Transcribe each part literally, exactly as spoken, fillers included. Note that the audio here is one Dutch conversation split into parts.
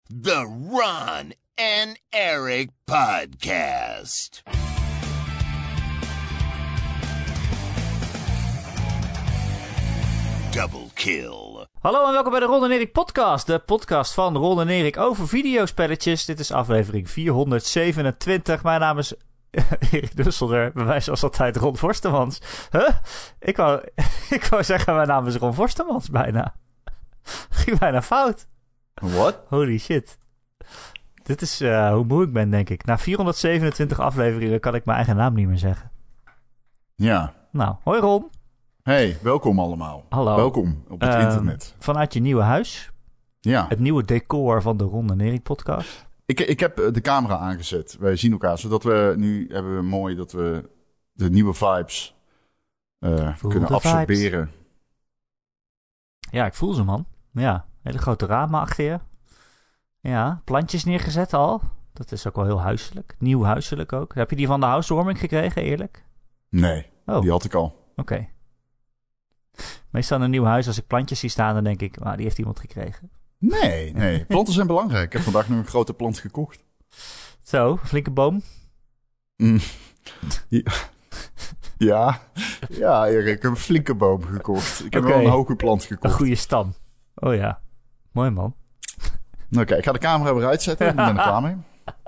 The Ron and Eric Podcast. Double kill. Hallo en welkom bij de Ron en Erik Podcast. De podcast van Ron en Erik over videospelletjes. Dit is aflevering vierhonderdzevenentwintig. Mijn naam is Erik Dusselder. Bij mij zoals altijd Ron Forstemans. Huh? Ik wou, ik wou zeggen mijn naam is Ron Forstemans bijna. Ging bijna fout. What? Holy shit. Dit is uh, hoe moe ik ben, denk ik. Na vierhonderdzevenentwintig afleveringen kan ik mijn eigen naam niet meer zeggen. Ja. Nou, hoi Ron. Hey, welkom allemaal. Hallo. Welkom op het Uh, internet. Vanuit je nieuwe huis. Ja. Het nieuwe decor van de Ron en Erik podcast. Ik, ik heb de camera aangezet. Wij zien elkaar, zodat we nu hebben we mooi dat we de nieuwe vibes uh, kunnen de absorberen. Vibes. Ja, ik voel ze, man. Ja, hele grote ramen achter je. Ja, plantjes neergezet al. Dat is ook wel heel huiselijk. Nieuw huiselijk ook. Heb je die van de housewarming gekregen, eerlijk? Nee, Oh. die had ik al. Oké. Okay. Meestal in een nieuw huis, als ik plantjes zie staan, dan denk ik, nou, die heeft iemand gekregen. Nee, nee. Planten zijn belangrijk. Ik heb vandaag nog een grote plant gekocht. Zo, flinke boom. Mm. Ja, ja, Erik, ik heb een flinke boom gekocht. Ik heb Okay. wel een hoge plant gekocht. Een goede stam. Oh ja, mooi man. Oké, okay, ik ga de camera weer uitzetten. Ik ben er klaar mee.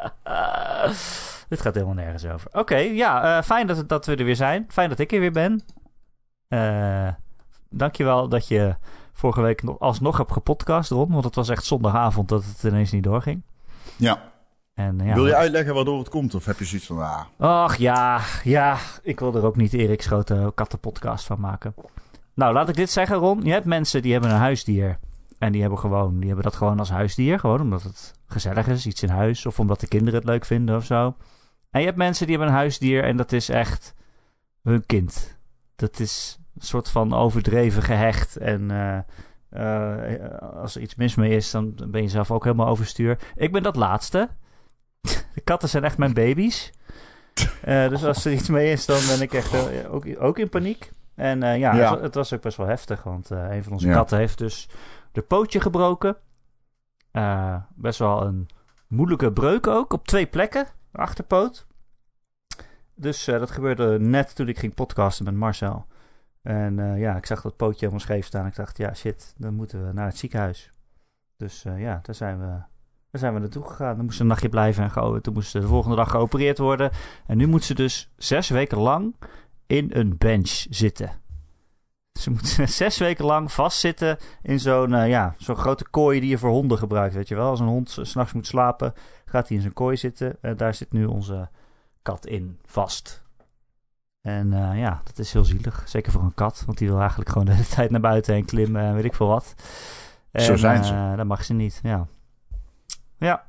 Dit gaat helemaal nergens over. Oké, okay, ja, uh, fijn dat, dat we er weer zijn. Fijn dat ik er weer ben. Uh, dankjewel dat je vorige week nog, alsnog hebt gepodcast, Ron. Want het was echt zondagavond dat het ineens niet doorging. Ja. En, uh, ja wil je maar... uitleggen waardoor het komt? Of heb je zoiets van, ah... Ach ja, ja. Ik wil er ook niet Erik's grote kattenpodcast van maken. Nou, laat ik dit zeggen, Ron. Je hebt mensen die hebben een huisdier. En die hebben, gewoon, die hebben dat gewoon als huisdier. Gewoon omdat het gezellig is, iets in huis. Of omdat de kinderen het leuk vinden of zo. En je hebt mensen die hebben een huisdier en dat is echt hun kind. Dat is een soort van overdreven gehecht. En uh, uh, als er iets mis mee is, dan ben je zelf ook helemaal overstuur. Ik ben dat laatste. De katten zijn echt mijn baby's. Uh, dus als er iets mee is, dan ben ik echt uh, ook, ook in paniek. En uh, ja, ja. Het, het was ook best wel heftig. Want uh, een van onze ja. katten heeft dus de pootje gebroken. Uh, best wel een moeilijke breuk ook. Op twee plekken. De achterpoot. Dus uh, dat gebeurde net toen ik ging podcasten met Marcel. En uh, ja, ik zag dat pootje helemaal scheef staan. Ik dacht, ja shit, dan moeten we naar het ziekenhuis. Dus uh, ja, daar zijn we, daar zijn we naartoe gegaan. Dan moest ze een nachtje blijven en ge- toen moest ze de volgende dag geopereerd worden. En nu moet ze dus zes weken lang in een bench zitten. Ze moet zes weken lang vastzitten in zo'n, uh, ja, zo'n grote kooi die je voor honden gebruikt, weet je wel. Als een hond 's nachts moet slapen, gaat hij in zijn kooi zitten. En daar zit nu onze kat in vast. En uh, ja, dat is heel zielig. Zeker voor een kat, want die wil eigenlijk gewoon de hele tijd naar buiten heen klimmen en weet ik veel wat. En, Zo zijn ze. Uh, dat mag ze niet, ja. Ja.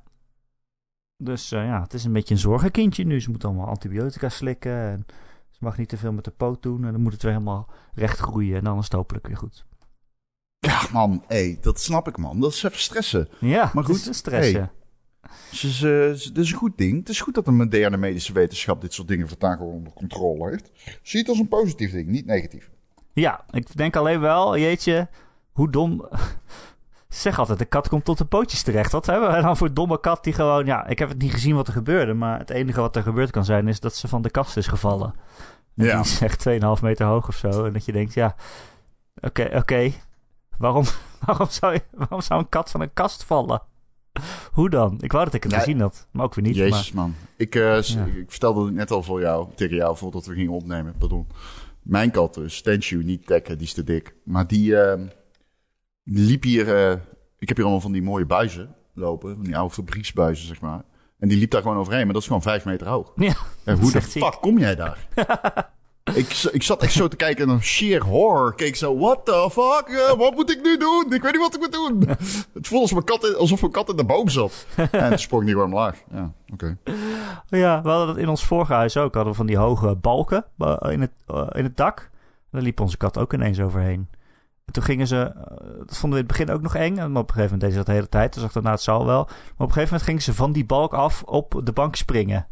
Dus uh, ja, het is een beetje een zorgenkindje nu. Ze moet allemaal antibiotica slikken en ze mag niet te veel met de poot doen. En dan moet het weer helemaal recht groeien en dan is het hopelijk weer goed. Ja, man, hey, dat snap ik, man. Dat is even stressen. Ja, maar goed, het is stressen. Hey. Dus, uh, het is een goed ding. Het is goed dat de moderne medische wetenschap dit soort dingen vandaag gewoon onder controle heeft. Zie het als een positief ding, niet negatief. Ja, ik denk alleen wel, jeetje, hoe dom... Zeg altijd, de kat komt tot de pootjes terecht. Wat hebben we dan voor een domme kat die gewoon... Ja, ik heb het niet gezien wat er gebeurde, maar het enige wat er gebeurd kan zijn is dat ze van de kast is gevallen. En ja. Die is echt twee komma vijf meter hoog of zo. En dat je denkt, ja, oké, okay, oké. Okay. Waarom, waarom, zou je, waarom zou een kat van een kast vallen? Hoe dan? Ik wou dat ik het ja, gezien had, maar ook weer niet. Jezus, maar... man. Ik, uh, ja. ik vertelde het net al voor jou, tegen jou, voordat we gingen opnemen. Pardon. Mijn kat dus, Tenshu, niet Tekken, die is te dik. Maar die, uh, die liep hier... Uh, ik heb hier allemaal van die mooie buizen lopen. Van die oude fabrieksbuizen, zeg maar. En die liep daar gewoon overheen, maar dat is gewoon vijf meter hoog. Ja, en hoe de fuck ziek. Kom jij daar? ik, ik zat echt zo te kijken en dan sheer horror. Keek zo, what the fuck? Uh, wat moet ik nu doen? Ik weet niet wat ik moet doen. Het voelde alsof mijn kat in, alsof mijn kat in de boom zat. En toen sprong die gewoon omlaag. Ja, oké. Okay. Ja, we hadden dat in ons vorige huis ook. Hadden we van die hoge balken in het, uh, in het dak. En daar liep onze kat ook ineens overheen. En toen gingen ze... Uh, dat vonden we in het begin ook nog eng. Maar op een gegeven moment deed ze dat de hele tijd. Toen zag ik daarna, het zal wel. Maar op een gegeven moment gingen ze van die balk af op de bank springen.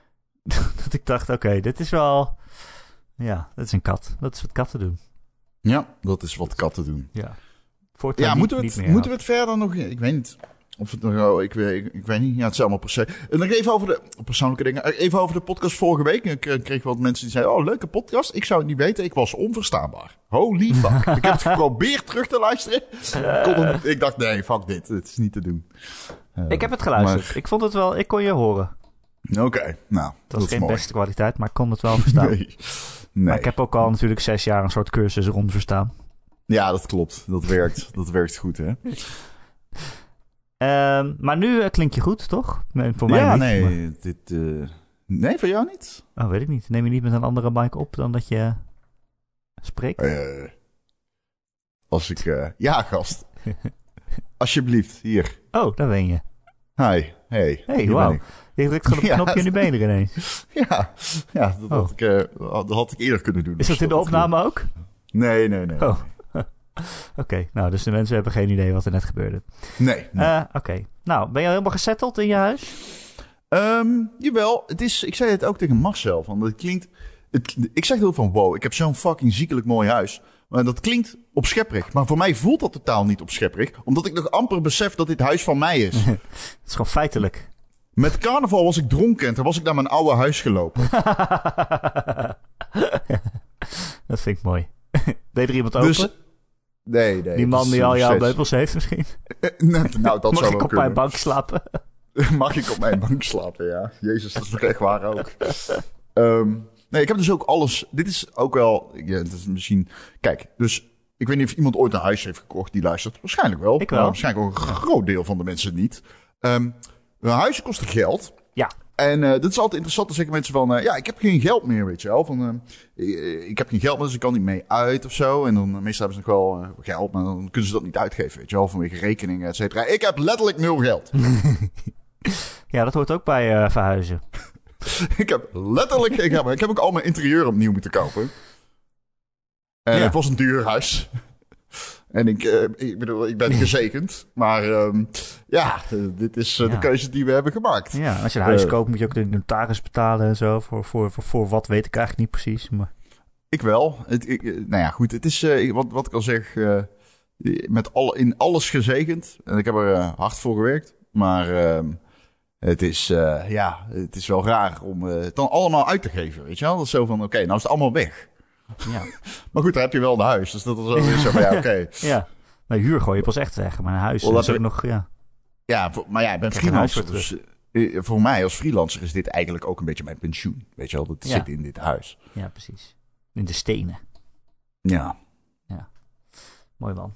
Dat ik dacht, oké, okay, dit is wel... Ja, dat is een kat. Dat is wat katten doen. Ja, dat is wat katten doen. Ja, Voortaan ja niet, moeten, we niet het, meer moeten we het verder nog... Ik weet niet. Of het nou, ik, weet, ik, ik weet niet. Ja, het is allemaal per se. En nog even over de persoonlijke dingen. Even over de podcast vorige week. Ik kreeg wat mensen die zeiden, oh, leuke podcast. Ik zou het niet weten. Ik was onverstaanbaar. Holy fuck. Ik heb het geprobeerd terug te luisteren. Ik, kon het, ik dacht, nee, fuck dit. Het is niet te doen. Uh, ik heb het geluisterd. Maar... Ik vond het wel, ik kon je horen. Oké, okay, nou, dat, dat is geen mooi. beste kwaliteit, maar ik kon het wel verstaan. nee. nee. Maar ik heb ook al natuurlijk zes jaar een soort cursus rond verstaan. Ja, dat klopt. Dat werkt. Dat werkt goed, hè? Um, maar nu uh, klink je goed, toch? Nee, voor mij ja, niet. nee. Maar... Dit, uh... Nee, voor jou niet? Oh, weet ik niet. Neem je niet met een andere mic op dan dat je spreekt? Uh, als ik... Uh... Ja, gast. Alsjeblieft, hier. Oh, daar ben je. Hi, hey. Hey, wauw. Je drukt gewoon op een knopje en nu ben je er ineens. Ja, ja dat, oh. had ik, uh, dat had ik eerder kunnen doen. Is dat in de opname ook? Nee, nee, nee. Oh. Oké, okay, nou, dus de mensen hebben geen idee wat er net gebeurde. Nee. nee. Uh, Oké, okay. Nou, ben je helemaal gesetteld in je huis? Um, jawel, het is, ik zei het ook tegen Marcel, van het klinkt, het, ik zeg heel van wow, ik heb zo'n fucking ziekelijk mooi huis. Maar dat klinkt op schepperig, maar voor mij voelt dat totaal niet op schepperig, omdat ik nog amper besef dat dit huis van mij is. Het is gewoon feitelijk. Met carnaval was ik dronken en toen was ik naar mijn oude huis gelopen. Dat vind ik mooi. Deed er iemand open? Dus, nee, nee. Die man dus, die al jouw steeds... meubels heeft misschien? nou, nou, dat Mag zou ik wel op kunnen. mijn bank slapen? Mag ik op mijn bank slapen, ja. Jezus, dat is toch echt waar ook. Um, nee, ik heb dus ook alles... Dit is ook wel... Ja, het is misschien... Kijk, dus... Ik weet niet of iemand ooit een huis heeft gekocht die luistert. Waarschijnlijk wel. Ik wel. Maar waarschijnlijk ook een groot deel van de mensen niet. Um, een huis kost geld. Ja. En uh, dat is altijd interessant. Dan zeggen mensen van... Uh, ja, ik heb geen geld meer, weet je wel. Van, uh, ik heb geen geld meer, dus ik kan niet mee uit of zo. En dan uh, meestal hebben ze nog wel uh, geld, maar dan kunnen ze dat niet uitgeven, weet je wel. Vanwege rekeningen, et cetera. Ik heb letterlijk nul geld. Ja, dat hoort ook bij uh, verhuizen. Ik heb letterlijk geen geld meer. Ik heb ook al mijn interieur opnieuw moeten kopen. En ja. Het was een duur huis. En ik, uh, ik bedoel, ik ben gezekend. Maar um, ja, uh, dit is uh, ja. de keuze die we hebben gemaakt. Ja, als je een huis uh, koopt moet je ook de notaris betalen en zo. Voor, voor, voor, voor wat weet ik eigenlijk niet precies. Maar... Ik wel. Het, ik, nou ja, goed. Het is, uh, wat, wat ik al zeg, uh, met alle, in alles gezegend. En ik heb er uh, hard voor gewerkt. Maar uh, het, is, uh, ja, het is wel raar om uh, het dan allemaal uit te geven. Weet je wel? Dat is zo van, oké, okay, nou is het allemaal weg. Ja. Maar goed, daar heb je wel een huis. Dus dat is wel weer zo van, ja, oké. Okay. Ja, maar huur gooi je pas echt weg. Maar een huis well, is ook we... nog, ja. Ja, voor, maar ja, ik ben freelancer. Dus uh, voor mij als freelancer is dit eigenlijk ook een beetje mijn pensioen. Weet je wel, dat ja. zit in dit huis. Ja, precies. In de stenen. Ja. Ja. Mooi man.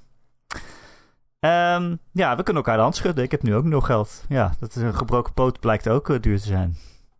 Um, ja, we kunnen elkaar de hand schudden. Ik heb nu ook nul geld. Ja, dat is een gebroken poot blijkt ook uh, duur te zijn.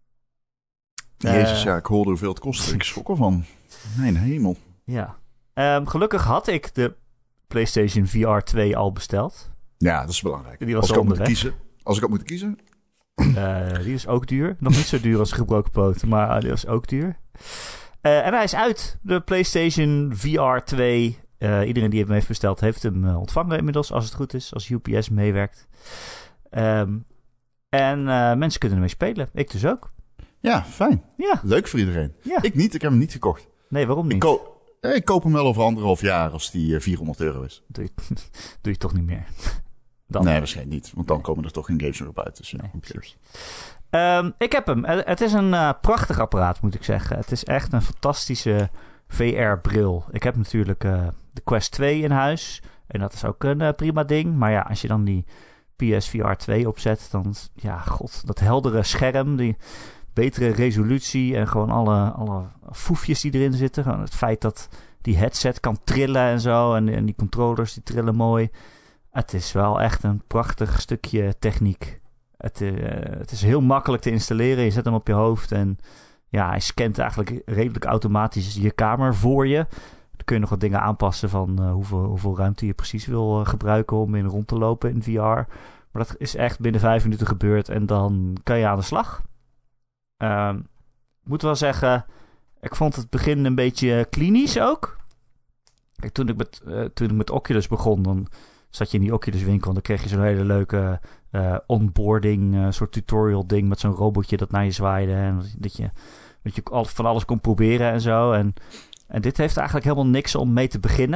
Jezus, uh, ja, ik hoorde hoeveel het kostte. Ik schrok ervan. Mijn hemel. Ja. Um, gelukkig had ik de PlayStation V R twee al besteld. Ja, dat is belangrijk. Die was als, ik onderweg. Moet kiezen, als ik ook moet kiezen. Uh, die is ook duur. Nog niet zo duur als een gebroken poot, maar uh, die was ook duur. Uh, en hij is uit. De PlayStation V R twee. Uh, iedereen die hem heeft besteld heeft hem uh, ontvangen inmiddels, als het goed is. Als U P S meewerkt. Um, en uh, mensen kunnen ermee spelen. Ik dus ook. Ja, fijn. Ja. Leuk voor iedereen. Ja. Ik niet, ik heb hem niet gekocht. Nee, waarom niet? Ik, ko- ik koop hem wel over anderhalf jaar als die uh, vierhonderd euro is. Doe je, doe je toch niet meer? Dan. Nee, waarschijnlijk niet. Want dan nee. komen er toch geen games meer op uit. Dus, ja, nee, precies. Um, ik heb hem. Het is een uh, prachtig apparaat, moet ik zeggen. Het is echt een fantastische V R-bril. Ik heb natuurlijk uh, de Quest twee in huis. En dat is ook een uh, prima ding. Maar ja, als je dan die P S V R twee opzet, dan... Ja, god, dat heldere scherm, die betere resolutie en gewoon alle, alle foefjes die erin zitten. Gewoon het feit dat die headset kan trillen en zo. En, en die controllers, die trillen mooi. Het is wel echt een prachtig stukje techniek. Het, uh, het is heel makkelijk te installeren. Je zet hem op je hoofd en ja, hij scant eigenlijk redelijk automatisch je kamer voor je. Dan kun je nog wat dingen aanpassen van uh, hoeveel, hoeveel ruimte je precies wil uh, gebruiken om in rond te lopen in V R. Maar dat is echt binnen vijf minuten gebeurd en dan kan je aan de slag. Uh, ik moet wel zeggen, ik vond het begin een beetje klinisch ook. Kijk, toen ik met, uh, toen ik met Oculus begon, dan zat je in die Oculus winkel en dan kreeg je zo'n hele leuke uh, onboarding, uh, soort tutorial ding met zo'n robotje dat naar je zwaaide. En dat je, dat je van alles kon proberen en zo. En, en dit heeft eigenlijk helemaal niks om mee te beginnen.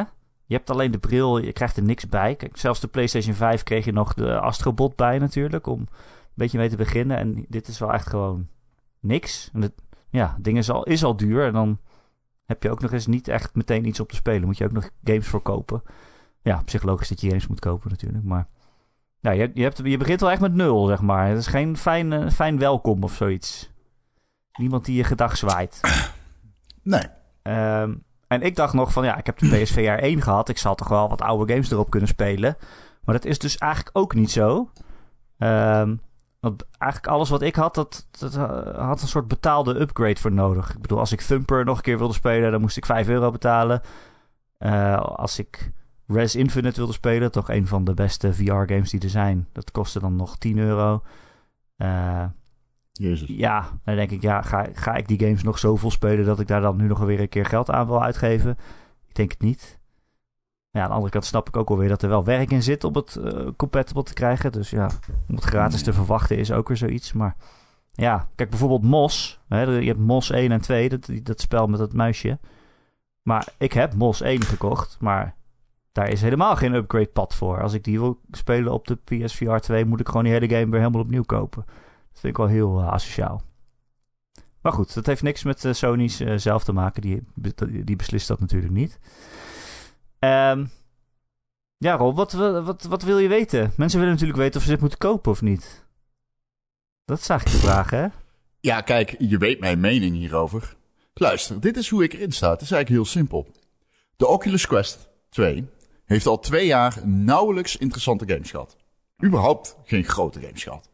Je hebt alleen de bril, je krijgt er niks bij. Kijk, zelfs de PlayStation vijf kreeg je nog de Astrobot bij natuurlijk, om een beetje mee te beginnen. En dit is wel echt gewoon niks. En het, ja, het ding is al, is al duur en dan heb je ook nog eens niet echt meteen iets op te spelen. Moet je ook nog games voor kopen. Ja, psychologisch dat je games moet kopen natuurlijk, maar... Ja, je, je, hebt, je begint wel echt met nul, zeg maar. Het is geen fijn, uh, fijn welkom of zoiets. Niemand die je gedag zwaait. Nee. Um, en ik dacht nog van, ja, ik heb de P S V R één gehad. Ik zal toch wel wat oude games erop kunnen spelen. Maar dat is dus eigenlijk ook niet zo. Um, want eigenlijk alles wat ik had, dat, dat uh, had een soort betaalde upgrade voor nodig. Ik bedoel, als ik Thumper nog een keer wilde spelen, dan moest ik vijf euro betalen. Uh, als ik Res Infinite wilde spelen, toch een van de beste V R-games die er zijn. Dat kostte dan nog tien euro. Uh, Jezus. Ja, dan denk ik, ja, ga, ga ik die games nog zoveel spelen dat ik daar dan nu nog weer een keer geld aan wil uitgeven? Ik denk het niet. Ja, aan de andere kant snap ik ook alweer dat er wel werk in zit om het uh, compatible te krijgen. Dus ja, om het gratis te verwachten is ook weer zoiets. Maar ja, kijk bijvoorbeeld Mos. Hè, je hebt Mos één en twee, dat, dat spel met dat muisje. Maar ik heb Mos één gekocht, maar daar is helemaal geen upgrade pad voor. Als ik die wil spelen op de P S V R twee, moet ik gewoon die hele game weer helemaal opnieuw kopen. Dat vind ik wel heel uh, asociaal. Maar goed, dat heeft niks met uh, Sony's uh, zelf te maken. Die, die beslist dat natuurlijk niet. Um, ja, Rob, wat, wat, wat wil je weten? Mensen willen natuurlijk weten of ze dit moeten kopen of niet. Dat is eigenlijk de vraag, hè? Ja, kijk, je weet mijn mening hierover. Luister, dit is hoe ik erin sta. Het is eigenlijk heel simpel. De Oculus Quest twee heeft al twee jaar nauwelijks interessante games gehad. Überhaupt geen grote games gehad.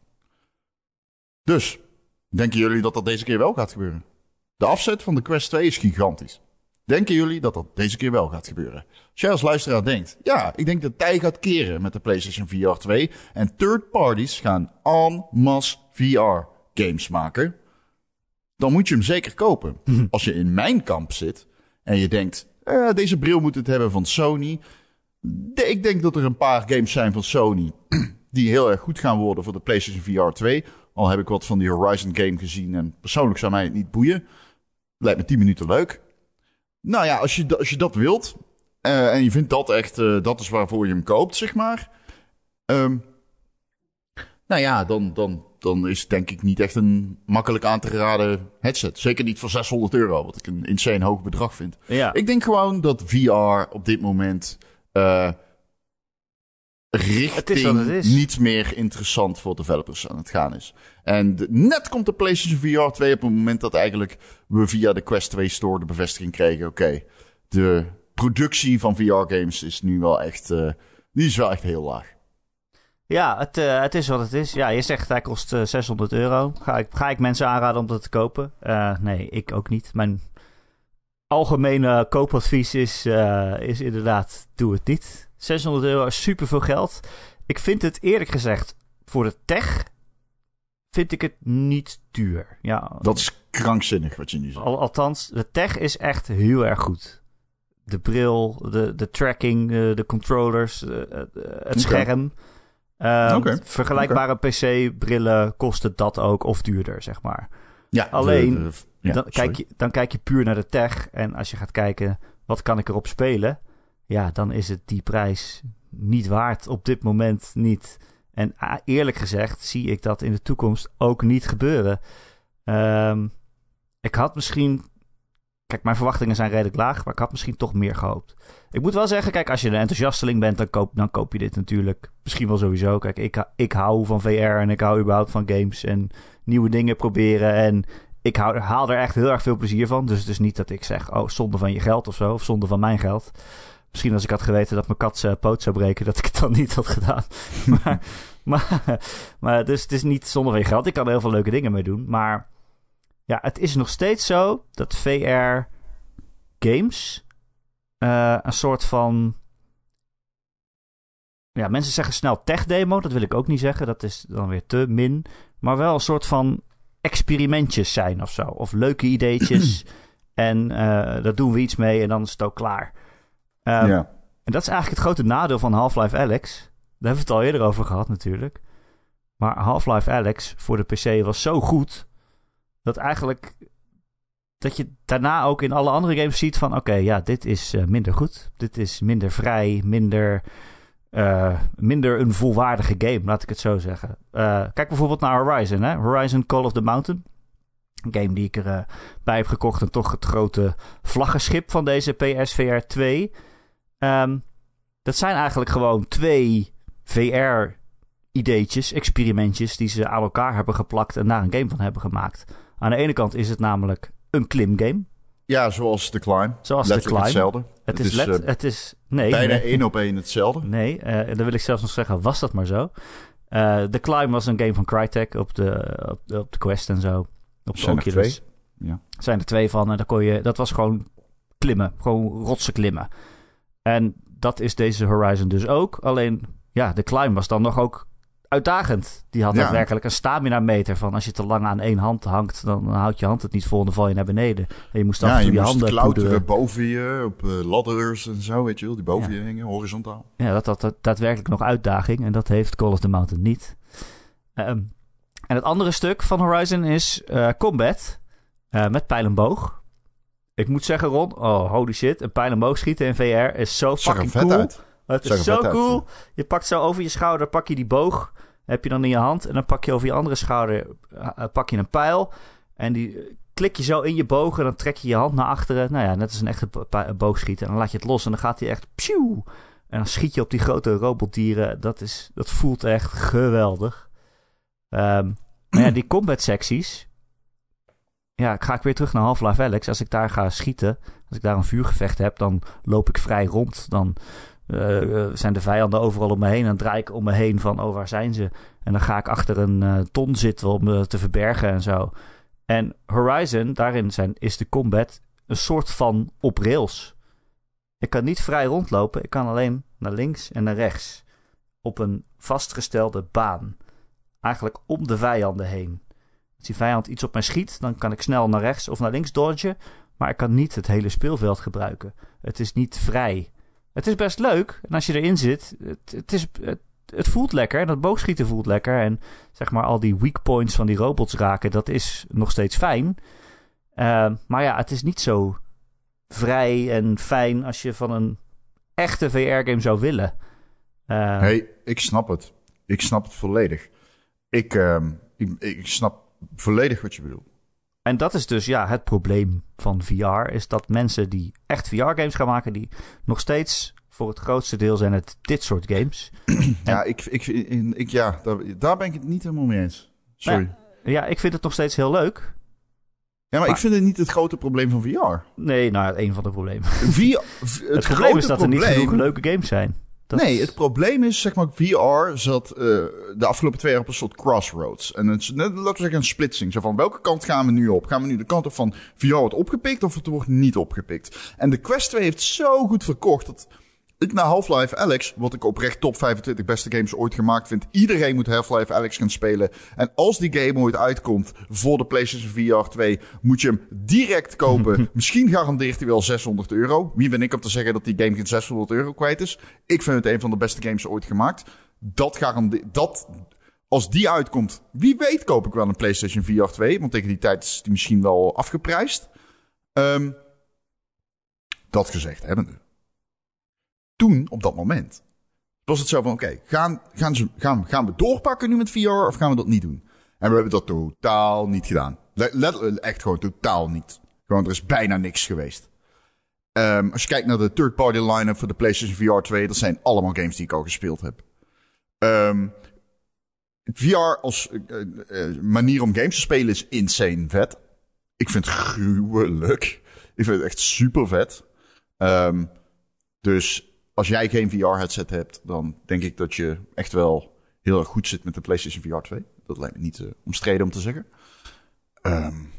Dus, denken jullie dat dat deze keer wel gaat gebeuren? De afzet van de Quest twee is gigantisch. Denken jullie dat dat deze keer wel gaat gebeuren? Als jij als luisteraar denkt, ja, ik denk dat tij gaat keren met de PlayStation V R twee en third parties gaan en masse V R games maken, dan moet je hem zeker kopen. Mm-hmm. Als je in mijn kamp zit en je denkt, eh, deze bril moet het hebben van Sony. De, ik denk dat er een paar games zijn van Sony die heel erg goed gaan worden voor de PlayStation V R twee. Al heb ik wat van die Horizon game gezien en persoonlijk zou mij het niet boeien. Lijkt me tien minuten leuk. Nou ja, als je, als je dat wilt uh, en je vindt dat echt, uh, dat is waarvoor je hem koopt, zeg maar. Um, nou ja, dan, dan, dan is het denk ik niet echt een makkelijk aan te raden headset. Zeker niet voor zeshonderd euro, wat ik een insane hoog bedrag vind. Ja. Ik denk gewoon dat V R op dit moment uh, richting niet meer interessant voor developers aan het gaan is. En de, net komt de PlayStation V R twee op het moment dat eigenlijk we via de Quest twee Store de bevestiging kregen. Oké, okay, de productie van V R-games is nu wel echt, uh, die is wel echt heel laag. Ja, het, uh, het is wat het is. Ja, je zegt hij kost uh, zeshonderd euro. Ga ik, ga ik mensen aanraden om dat te kopen? Uh, nee, ik ook niet. Mijn algemene koopadvies is, uh, is inderdaad, doe het niet. zeshonderd euro is superveel geld. Ik vind het eerlijk gezegd, voor de tech vind ik het niet duur. Ja, dat is krankzinnig wat je nu zegt. Al, althans, de tech is echt heel erg goed. De bril, de, de tracking, de, de controllers, uh, het okay. scherm. Um, okay. Vergelijkbare okay. P C-brillen kosten dat ook of duurder, zeg maar. Ja, alleen, de, de, ja, dan, kijk je, dan kijk je puur naar de tech. En als je gaat kijken, wat kan ik erop spelen? Ja, dan is het die prijs niet waard. Op dit moment niet. En uh, eerlijk gezegd zie ik dat in de toekomst ook niet gebeuren. Um, ik had misschien... Kijk, mijn verwachtingen zijn redelijk laag, maar ik had misschien toch meer gehoopt. Ik moet wel zeggen, kijk, als je een enthousiasteling bent, dan koop, dan koop je dit natuurlijk misschien wel sowieso. Kijk, ik, ik hou van V R en ik hou überhaupt van games en nieuwe dingen proberen. En ik hou, haal er echt heel erg veel plezier van. Dus het is niet dat ik zeg, oh, zonde van je geld of zo, of zonde van mijn geld. Misschien als ik had geweten dat mijn kat zijn poot zou breken, dat ik het dan niet had gedaan. maar, maar, maar dus het is niet zonde van je geld. Ik kan er heel veel leuke dingen mee doen, maar... Ja, het is nog steeds zo dat V R games uh, een soort van... Ja, mensen zeggen snel tech-demo. Dat wil ik ook niet zeggen. Dat is dan weer te min. Maar wel een soort van experimentjes zijn of zo. Of leuke ideetjes. en uh, daar doen we iets mee en dan is het ook klaar. Um, ja. En dat is eigenlijk het grote nadeel van Half-Life Alyx. Daar hebben we het al eerder over gehad natuurlijk. Maar Half-Life Alyx voor de P C was zo goed... dat eigenlijk dat je daarna ook in alle andere games ziet van... oké, okay, ja, dit is uh, minder goed. Dit is minder vrij, minder... Uh, minder een volwaardige game, laat ik het zo zeggen. Uh, kijk bijvoorbeeld naar Horizon, hè? Horizon Call of the Mountain. Een game die ik erbij uh, heb gekocht... en toch het grote vlaggenschip van deze P S V R twee. Um, dat zijn eigenlijk gewoon twee V R-ideetjes, experimentjes... die ze aan elkaar hebben geplakt en daar een game van hebben gemaakt. Aan de ene kant is het namelijk een klimgame. Ja, zoals The Climb. Zoals The Climb. Hetzelfde. Het, het is, is, let, uh, het is... Nee. Bijna nee. één op één hetzelfde. Nee, uh, dan wil ik zelfs nog zeggen, was dat maar zo. Uh, The Climb was een game van Crytek op de, op de, op de Quest en zo. Op de zijn er Oculus. twee. Ja. Zijn er twee van en dan kon je, dat was gewoon klimmen. Gewoon rotsen klimmen. En dat is deze Horizon dus ook. Alleen, ja, The Climb was dan nog ook uitdagend. Die had Ja. daadwerkelijk een stamina meter van als je te lang aan één hand hangt, dan houdt je hand het niet vol en dan val je naar beneden. En je moest af Ja, en toe je je moest handen klauteren poederen. boven je, op uh, ladders en zo, weet je wel. Die boven Ja. je hingen, horizontaal. Ja, dat had daadwerkelijk nog uitdaging. En dat heeft Call of the Mountain niet. Um, en het andere stuk van Horizon is uh, combat. Uh, met pijl en boog. Ik moet zeggen, Ron, oh holy shit. Een pijl en boog schieten in V R is zo Zag er fucking vet cool. uit. Het Zag is er zo vet cool. uit, Je pakt zo over je schouder, pak je die boog. Heb je dan in je hand. En dan pak je over je andere schouder, uh, pak je een pijl. En die uh, klik je zo in je boog. En dan trek je je hand naar achteren. Nou ja, net als een echte bo- boogschieten. En dan laat je het los. En dan gaat hij echt psjoe. En dan schiet je op die grote robotdieren. Dat, is, dat voelt echt geweldig. Um, maar ja, die combat secties. Ja, ga ik weer terug naar Half-Life Alyx. Als ik daar ga schieten, als ik daar een vuurgevecht heb, dan loop ik vrij rond. Dan uh, zijn de vijanden overal om me heen. Dan draai ik om me heen van, oh, waar zijn ze? En dan ga ik achter een uh, ton zitten om me te verbergen en zo. En Horizon, daarin zijn, is de combat een soort van op rails. Ik kan niet vrij rondlopen. Ik kan alleen naar links en naar rechts. Op een vastgestelde baan. Eigenlijk om de vijanden heen. Als die vijand iets op mij schiet, dan kan ik snel naar rechts of naar links dodgen. Maar ik kan niet het hele speelveld gebruiken. Het is niet vrij. Het is best leuk. En als je erin zit, het, het, is, het, het voelt lekker. En dat boogschieten voelt lekker. En zeg maar al die weak points van die robots raken, dat is nog steeds fijn. Uh, maar ja, het is niet zo vrij en fijn als je van een echte V R-game zou willen. Uh, hey, ik snap het. Ik snap het volledig. Ik, uh, ik, ik snap volledig wat je bedoelt. En dat is dus ja het probleem van V R. Is dat mensen die echt V R-games gaan maken, die nog steeds voor het grootste deel zijn het dit soort games. Ja, ik, ik, ik, ja daar, daar ben ik het niet helemaal mee eens. Sorry. Ja, ja, ik vind het nog steeds heel leuk. Ja, maar, maar ik vind het niet het grote probleem van V R. Nee, nou, een van de problemen. V R, het, het probleem is dat probleem, er niet genoeg leuke games zijn. Dat nee, is... het probleem is, zeg maar, V R zat uh, de afgelopen twee jaar op een soort crossroads. En het, laten we zeggen een splitsing. Zo van, welke kant gaan we nu op? Gaan we nu de kant op van V R wordt opgepikt of het wordt niet opgepikt? En de Quest twee heeft zo goed verkocht dat ik na Half-Life Alyx, wat ik oprecht top vijfentwintig beste games ooit gemaakt vind, iedereen moet Half-Life Alyx gaan spelen. En als die game ooit uitkomt voor de PlayStation V R twee, moet je hem direct kopen. Misschien garandeert hij wel zeshonderd euro. Wie ben ik om te zeggen dat die game geen zeshonderd euro kwijt is? Ik vind het een van de beste games ooit gemaakt. Dat garandeert... Dat, als die uitkomt, wie weet koop ik wel een PlayStation V R twee. Want tegen die tijd is die misschien wel afgeprijsd. Um, dat gezegd hebbende. Toen, op dat moment, was het zo van, oké, okay, gaan, gaan, ze, gaan, gaan we doorpakken nu met V R of gaan we dat niet doen? En we hebben dat totaal niet gedaan. Let, let, echt gewoon totaal niet. Gewoon, er is bijna niks geweest. Um, als je kijkt naar de third-party line-up voor de PlayStation V R twee, dat zijn allemaal games die ik al gespeeld heb. Um, V R als uh, uh, manier om games te spelen is insane vet. Ik vind het gruwelijk. Ik vind het echt super vet. Um, dus als jij geen V R-headset hebt, dan denk ik dat je echt wel heel erg goed zit met de PlayStation V R twee. Dat lijkt me niet uh, omstreden om te zeggen. Um,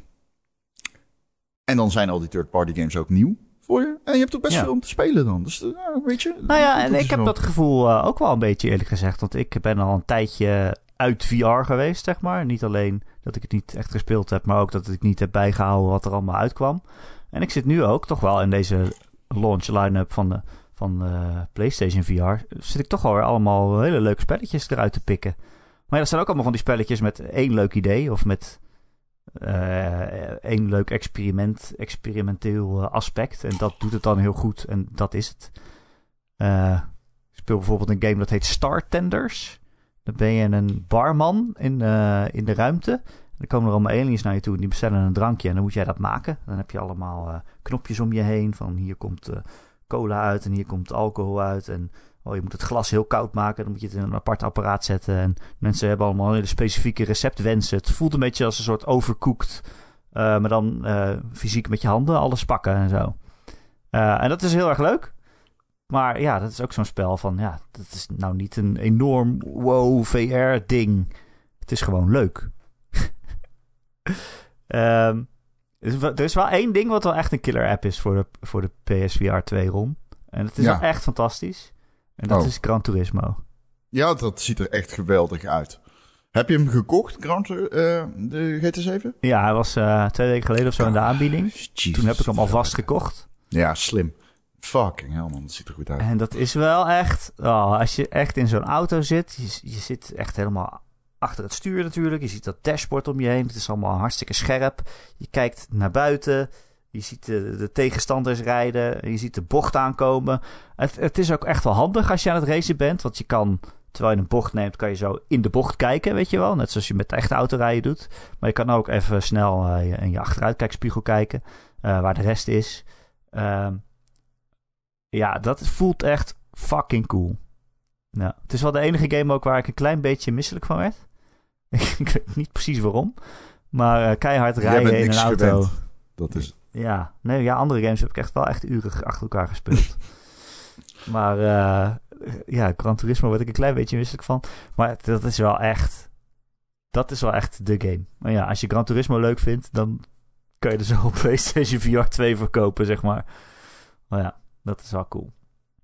en dan zijn al die third-party games ook nieuw voor je. En je hebt ook best ja. veel om te spelen dan. Dus uh, weet je. Nou ja, en ik heb wel... dat gevoel uh, ook wel een beetje eerlijk gezegd. Want ik ben al een tijdje uit V R geweest, zeg maar. Niet alleen dat ik het niet echt gespeeld heb, maar ook dat ik niet heb bijgehouden wat er allemaal uitkwam. En ik zit nu ook toch wel in deze launch line-up van de, van de PlayStation V R. Zit ik toch wel weer allemaal hele leuke spelletjes eruit te pikken. Maar ja, dat zijn ook allemaal van die spelletjes met één leuk idee. Of met één leuk experiment, experimenteel uh, aspect. En dat doet het dan heel goed. En dat is het. Uh, ik speel bijvoorbeeld een game dat heet Star Tenders. Dan ben je een barman in, uh, in de ruimte. En dan komen er allemaal aliens naar je toe en die bestellen een drankje. En dan moet jij dat maken. Dan heb je allemaal uh, knopjes om je heen. Van hier komt uh, cola uit en hier komt alcohol uit. En oh, je moet het glas heel koud maken. Dan moet je het in een apart apparaat zetten. En mensen hebben allemaal hele specifieke receptwensen. Het voelt een beetje als een soort overcooked. Uh, maar dan uh, fysiek met je handen alles pakken en zo. Uh, en dat is heel erg leuk. Maar ja, dat is ook zo'n spel van... ja, dat is nou niet een enorm wow V R ding. Het is gewoon leuk. um, er is wel één ding wat wel echt een killer app is voor de, voor de P S V R twee, Ron. En het is ja. wel echt fantastisch. En dat oh. is Gran Turismo. Ja, dat ziet er echt geweldig uit. Heb je hem gekocht, Gran uh, de G T zeven? Ja, hij was uh, twee weken geleden of zo in de aanbieding. Oh, Toen heb ik hem alvast gekocht. Ja, slim. Fucking hell, man. Dat ziet er goed uit. En dat is wel echt... Oh, als je echt in zo'n auto zit... Je, je zit echt helemaal achter het stuur natuurlijk. Je ziet dat dashboard om je heen. Het is allemaal hartstikke scherp. Je kijkt naar buiten. Je ziet de, de tegenstanders rijden. Je ziet de bocht aankomen. Het, het is ook echt wel handig als je aan het racen bent. Want je kan... Terwijl je een bocht neemt, kan je zo in de bocht kijken, weet je wel. Net zoals je met echte autorijden doet. Maar je kan ook even snel uh, in je achteruitkijkspiegel kijken. Uh, waar de rest is. Uh, ja, dat voelt echt fucking cool. Nou, het is wel de enige game ook waar ik een klein beetje misselijk van werd. Ik weet niet precies waarom. Maar uh, keihard rijden in een auto. Gewend. Dat is... Ja, nee, ja, andere games heb ik echt wel echt uren achter elkaar gespeeld. Maar... Uh, ja, Gran Turismo word ik een klein beetje misselijk van. Maar dat is wel echt... Dat is wel echt de game. Maar ja, als je Gran Turismo leuk vindt... dan kan je er zo op PlayStation V R twee verkopen, zeg maar. Maar ja, dat is wel cool.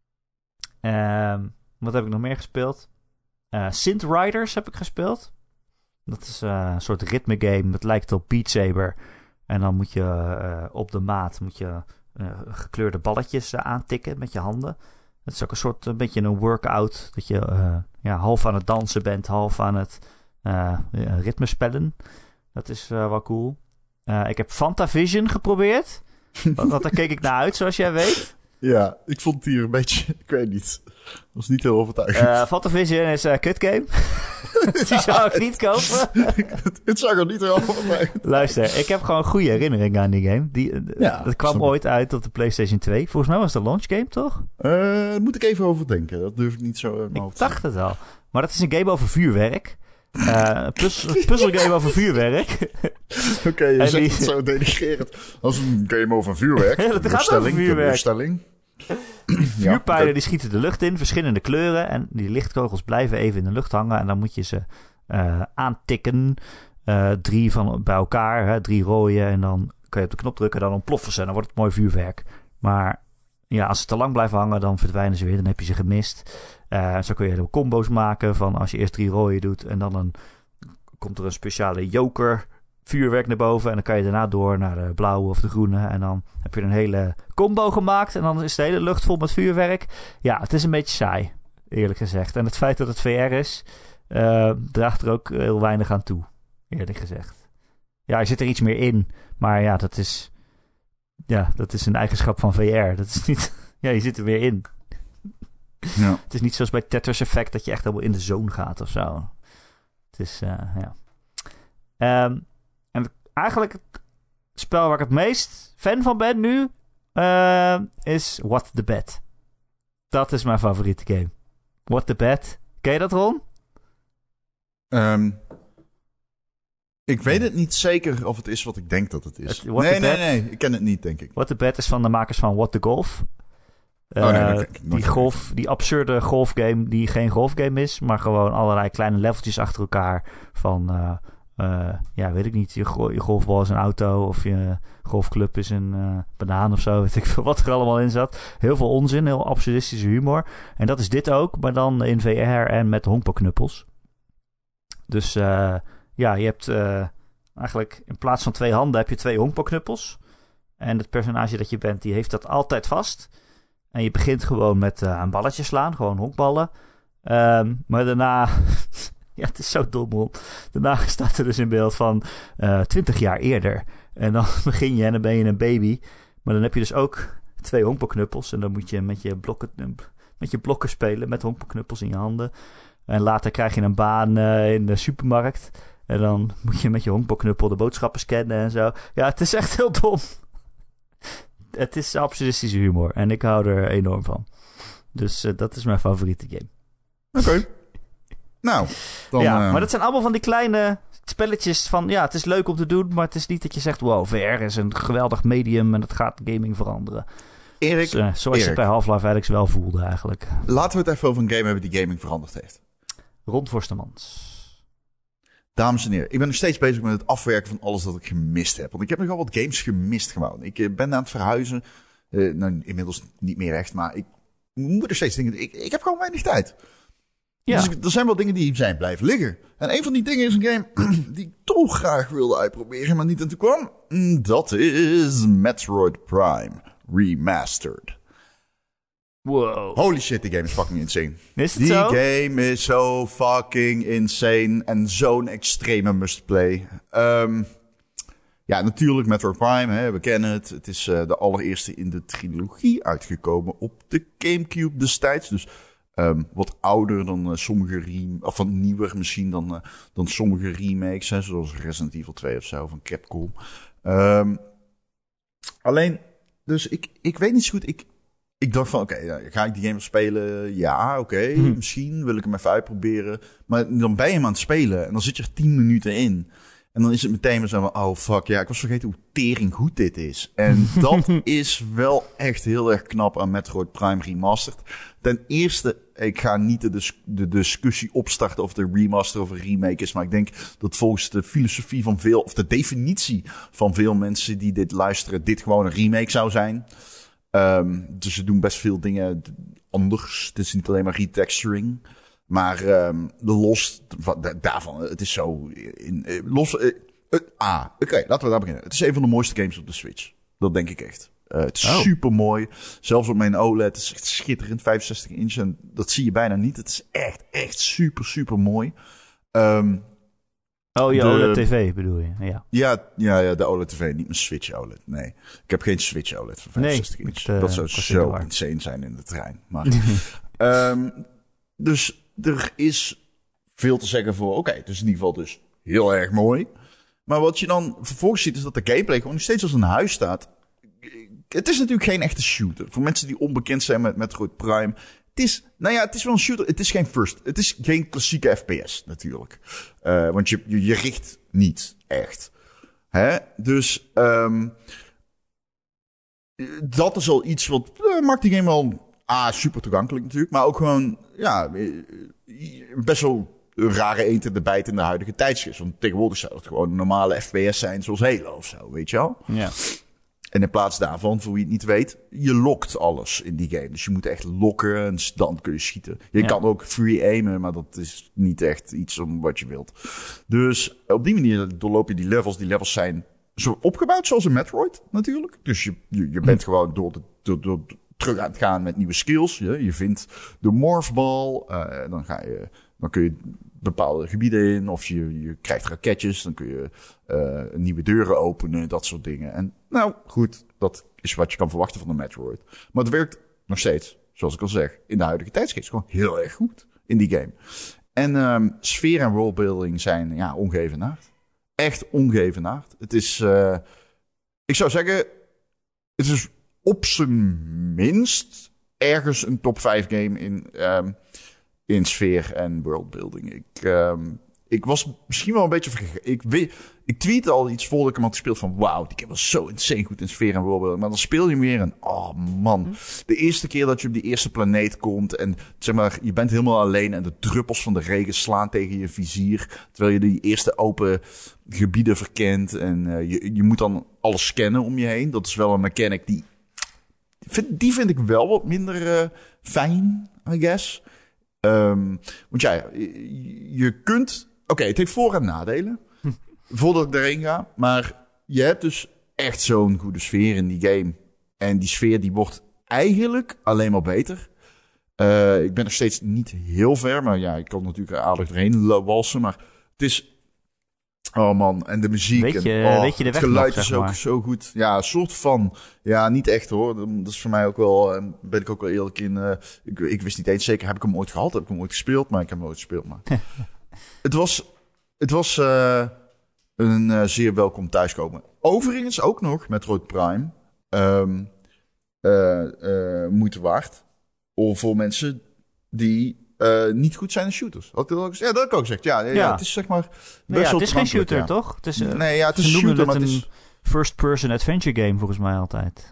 Um, wat heb ik nog meer gespeeld? Uh, Synth Riders heb ik gespeeld. Dat is uh, een soort ritme game. Het lijkt op Beat Saber. En dan moet je uh, op de maat... moet je uh, gekleurde balletjes uh, aantikken met je handen... Het is ook een soort, een beetje een workout. Dat je uh, ja, half aan het dansen bent, half aan het uh, ritme spellen. Dat is uh, wel cool. Uh, ik heb Fantavision geprobeerd. Want daar keek ik naar uit, zoals jij weet. Ja, ik vond het hier een beetje, ik weet niet. Dat was niet heel overtuigend. Uh, Fantavision is een uh, kut game. Die zou ik niet kopen. Het zag er niet heel overtuigend. Luister, ik heb gewoon goede herinneringen aan die game. Die, ja, dat kwam ooit uit op de PlayStation twee. Volgens mij was het een launch game, toch? Uh, daar moet ik even over denken. Dat durf ik niet zo in mijn hoofd. Ik dacht het al. Maar dat is een game over vuurwerk. Uh, een puzz- puzzelgame over vuurwerk. Oké, okay, je en zegt die... het zo denigrerend. Als een game over vuurwerk. Ja, dat gaat over vuurwerk. Die vuurpijlen ja, die schieten de lucht in, verschillende kleuren. En die lichtkogels blijven even in de lucht hangen. En dan moet je ze uh, aantikken. Uh, drie van bij elkaar, hè, drie rode. En dan kan je op de knop drukken, dan ontploffen ze. En dan wordt het mooi vuurwerk. Maar ja, als ze te lang blijven hangen, dan verdwijnen ze weer. Dan heb je ze gemist. Uh, zo kun je hele combo's maken van als je eerst drie rode doet. En dan een, komt er een speciale joker vuurwerk naar boven. En dan kan je daarna door naar de blauwe of de groene. En dan heb je een hele combo gemaakt. En dan is de hele lucht vol met vuurwerk. Ja, het is een beetje saai, eerlijk gezegd. En het feit dat het V R is, uh, draagt er ook heel weinig aan toe, eerlijk gezegd. Ja, er zit er iets meer in. Maar ja, dat is, ja, dat is een eigenschap van V R. Dat is niet... Ja, je zit er weer in. Ja. Het is niet zoals bij Tetris Effect dat je echt helemaal in de zone gaat of zo. Het is, uh, ja... Um, en eigenlijk het spel waar ik het meest fan van ben nu uh, is What the Bet. Dat is mijn favoriete game. What the Bet. Ken je dat, Ron? Um, ik weet het niet zeker of het is wat ik denk dat het is. Het, nee, nee, nee. Ik ken het niet, denk ik. What the Bet is van de makers van What the Golf. Uh, oh, nee, die, golf, die absurde golfgame die geen golfgame is, maar gewoon allerlei kleine leveltjes achter elkaar van... Uh, Uh, ja, weet ik niet. Je, go- je golfbal is een auto of je golfclub is een uh, banaan of zo. Weet ik veel wat er allemaal in zat. Heel veel onzin, heel absurdistische humor. En dat is dit ook, maar dan in V R en met honkbalknuppels. Dus uh, ja, je hebt uh, eigenlijk in plaats van twee handen heb je twee honkbalknuppels. En het personage dat je bent, die heeft dat altijd vast. En je begint gewoon met uh, een balletje slaan, gewoon honkballen. Um, maar daarna... Ja, het is zo dom, man. Daarna staat er dus in beeld van uh, twintig jaar eerder. En dan begin je en dan ben je een baby. Maar dan heb je dus ook twee honkbalknuppels. En dan moet je met je blokken, met je blokken spelen met honkbalknuppels in je handen. En later krijg je een baan uh, in de supermarkt. En dan moet je met je honkbalknuppel de boodschappen scannen en zo. Ja, het is echt heel dom. Het is absurdistische humor. En ik hou er enorm van. Dus uh, dat is mijn favoriete game. Oké. Okay. Nou, dan... Ja, uh... maar dat zijn allemaal van die kleine spelletjes van... Ja, het is leuk om te doen, maar het is niet dat je zegt... Wow, V R is een geweldig medium en het gaat gaming veranderen. Erik, dus, uh, zoals Erik. je het bij Half-Life Alyx wel voelde eigenlijk. Laten we het even over een game hebben die gaming veranderd heeft. Ron Forstemans. Dames en heren, ik ben nog steeds bezig met het afwerken van alles dat ik gemist heb. Want ik heb nogal wat games gemist gewoon. Ik uh, ben aan het verhuizen. Uh, nou, inmiddels niet meer echt, maar ik moet er steeds dingen... Ik, ik heb gewoon weinig tijd. Ja. Dus ik, er zijn wel dingen die zijn blijven liggen. En een van die dingen is een game die ik toch graag wilde uitproberen, maar niet aan toe kwam. Dat is Metroid Prime Remastered. Wow. Holy shit, die game is fucking insane. Is het die zo? game is zo fucking insane en zo'n extreme must-play. Um, ja, natuurlijk Metroid Prime, hè, we kennen het. Het is uh, de allereerste in de trilogie uitgekomen op de GameCube destijds. Dus um, wat ouder dan uh, sommige rem- of van nieuwer misschien dan, uh, dan sommige remakes, hè, zoals Resident Evil twee of zo van Capcom. Um, alleen, dus ik, ik weet niet zo goed. Ik, ik dacht van, oké, okay, ga ik die game spelen? Ja, oké, okay, hm. misschien wil ik hem even uitproberen. Maar dan ben je hem aan het spelen en dan zit je er tien minuten in. En dan is het meteen maar zo van, oh fuck, ja, ik was vergeten hoe tering goed dit is. En dat is wel echt heel erg knap aan Metroid Prime Remastered. Ten eerste, ik ga niet de, dis- de discussie opstarten of de remaster of een remake is. Maar ik denk dat volgens de filosofie van veel, of de definitie van veel mensen die dit luisteren, dit gewoon een remake zou zijn. Um, dus ze doen best veel dingen anders. Het is niet alleen maar retexturing. Maar um, de los daarvan, het is zo... In, los, uh, uh, ah, oké, okay, laten we daar beginnen. Het is een van de mooiste games op de Switch. Dat denk ik echt. Uh, het is oh. super mooi. Zelfs op mijn O L E D. Het is echt schitterend. vijfenzestig inch. En dat zie je bijna niet. Het is echt, echt super, super mooi. Um, oh, je de, O L E D T V bedoel je? Ja, ja, ja, ja de O L E D T V. Niet mijn Switch O L E D. Nee. Ik heb geen Switch O L E D van vijfenzestig nee, inch. Het, uh, dat zou zo insane zijn in de trein. Maar, um, dus... Er is veel te zeggen voor, oké, okay, het is in ieder geval dus heel erg mooi. Maar wat je dan vervolgens ziet is dat de gameplay gewoon nog steeds als een huis staat. Het is natuurlijk geen echte shooter. Voor mensen die onbekend zijn met Metroid Prime. Het is, nou ja, het is wel een shooter. Het is geen first. Het is geen klassieke F P S natuurlijk. Uh, want je, je, je richt niet echt. Hè? Dus um, dat is al iets wat uh, maakt die game wel... Ah, super toegankelijk natuurlijk. Maar ook gewoon, ja, best wel een rare eend in de bijt in de huidige tijdsgeest. Want tegenwoordig zou het gewoon een normale F P S zijn zoals Halo of zo, weet je wel? Ja. En in plaats daarvan, voor wie het niet weet, je lokt alles in die game. Dus je moet echt lokken en dan kun je schieten. Je ja. kan ook free aimen, maar dat is niet echt iets om wat je wilt. Dus op die manier doorloop je die levels. Die levels zijn zo opgebouwd zoals een Metroid natuurlijk. Dus je, je, je bent hm. gewoon door de... Door, door, terug aan het gaan met nieuwe skills. Je, je vindt de morphball. Uh, dan, ga je, dan kun je bepaalde gebieden in. Of je, je krijgt raketjes. Dan kun je uh, nieuwe deuren openen. Dat soort dingen. En nou, goed. Dat is wat je kan verwachten van een Metroid. Maar het werkt nog steeds, zoals ik al zeg, in de huidige tijdsgeest gewoon heel erg goed in die game. En um, sfeer en rolebuilding zijn ja, ongeëvenaard. Echt ongeëvenaard. Het is... Uh, ik zou zeggen... Het is... op zijn minst ergens een top vijf game in, um, in sfeer en worldbuilding. Ik, um, ik was misschien wel een beetje vergeten. Ik, weet, ik tweette al iets voordat ik hem had gespeeld van... wauw, die game was zo insane goed in sfeer en worldbuilding. Maar dan speel je hem weer en... oh man, de eerste keer dat je op die eerste planeet komt... en zeg maar, je bent helemaal alleen... en de druppels van de regen slaan tegen je vizier... terwijl je die eerste open gebieden verkent... en uh, je, je moet dan alles scannen om je heen. Dat is wel een mechanic die... Vind, die vind ik wel wat minder uh, fijn, I guess. Um, want ja, je, je kunt... Oké, okay, het heeft voor- en nadelen. Hm. Voordat ik erin ga. Maar je hebt dus echt zo'n goede sfeer in die game. En die sfeer die wordt eigenlijk alleen maar beter. Uh, ik ben nog steeds niet heel ver, maar ja, ik kan natuurlijk aardig erheen walsen. Maar het is... Oh man, en de muziek. Weet je, en, oh, weet je de weg het geluid nog, is zeg ook maar. zo goed. Ja, een soort van... Ja, niet echt hoor. Dat is voor mij ook wel... uh, ben ik ook wel eerlijk in... Uh, ik, ik wist niet eens zeker, heb ik hem ooit gehad? Heb ik hem ooit gespeeld? Maar ik heb hem ooit gespeeld. Maar het was... Het was uh, een uh, zeer welkom thuiskomen. Overigens ook nog Metroid Prime. Um, uh, uh, moeite waard. Of voor mensen die... Uh, niet goed zijn in shooters. Had ik dat ook gezegd? Ja, dat heb ik ook gezegd. Ja, ja, Ja. ja het is zeg maar... Best Nee, ja, wel het is geen shooter, ja. toch? Het is, uh, nee, ja, het is ze een noemen shooter, het maar een het is... first-person adventure game, volgens mij altijd.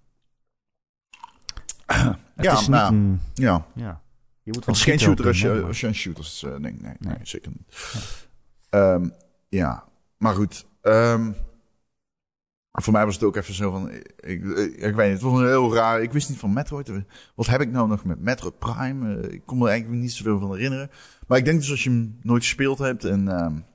Het ja, is niet nou, een... ja. Ja. Je moet Het wel is geen schieten shooter op als je, dingen, als je een shooters uh, denkt. Nee, nee, Nee. nee, zeker niet. Ja, um, ja. Maar goed. Um, voor mij was het ook even zo van... Ik, ik, ik weet niet, het was een heel raar... Ik wist niet van Metroid. Wat heb ik nou nog met Metroid Prime? Uh, ik kon me eigenlijk niet zoveel van herinneren. Maar ik denk dus als je hem nooit gespeeld hebt en... Um,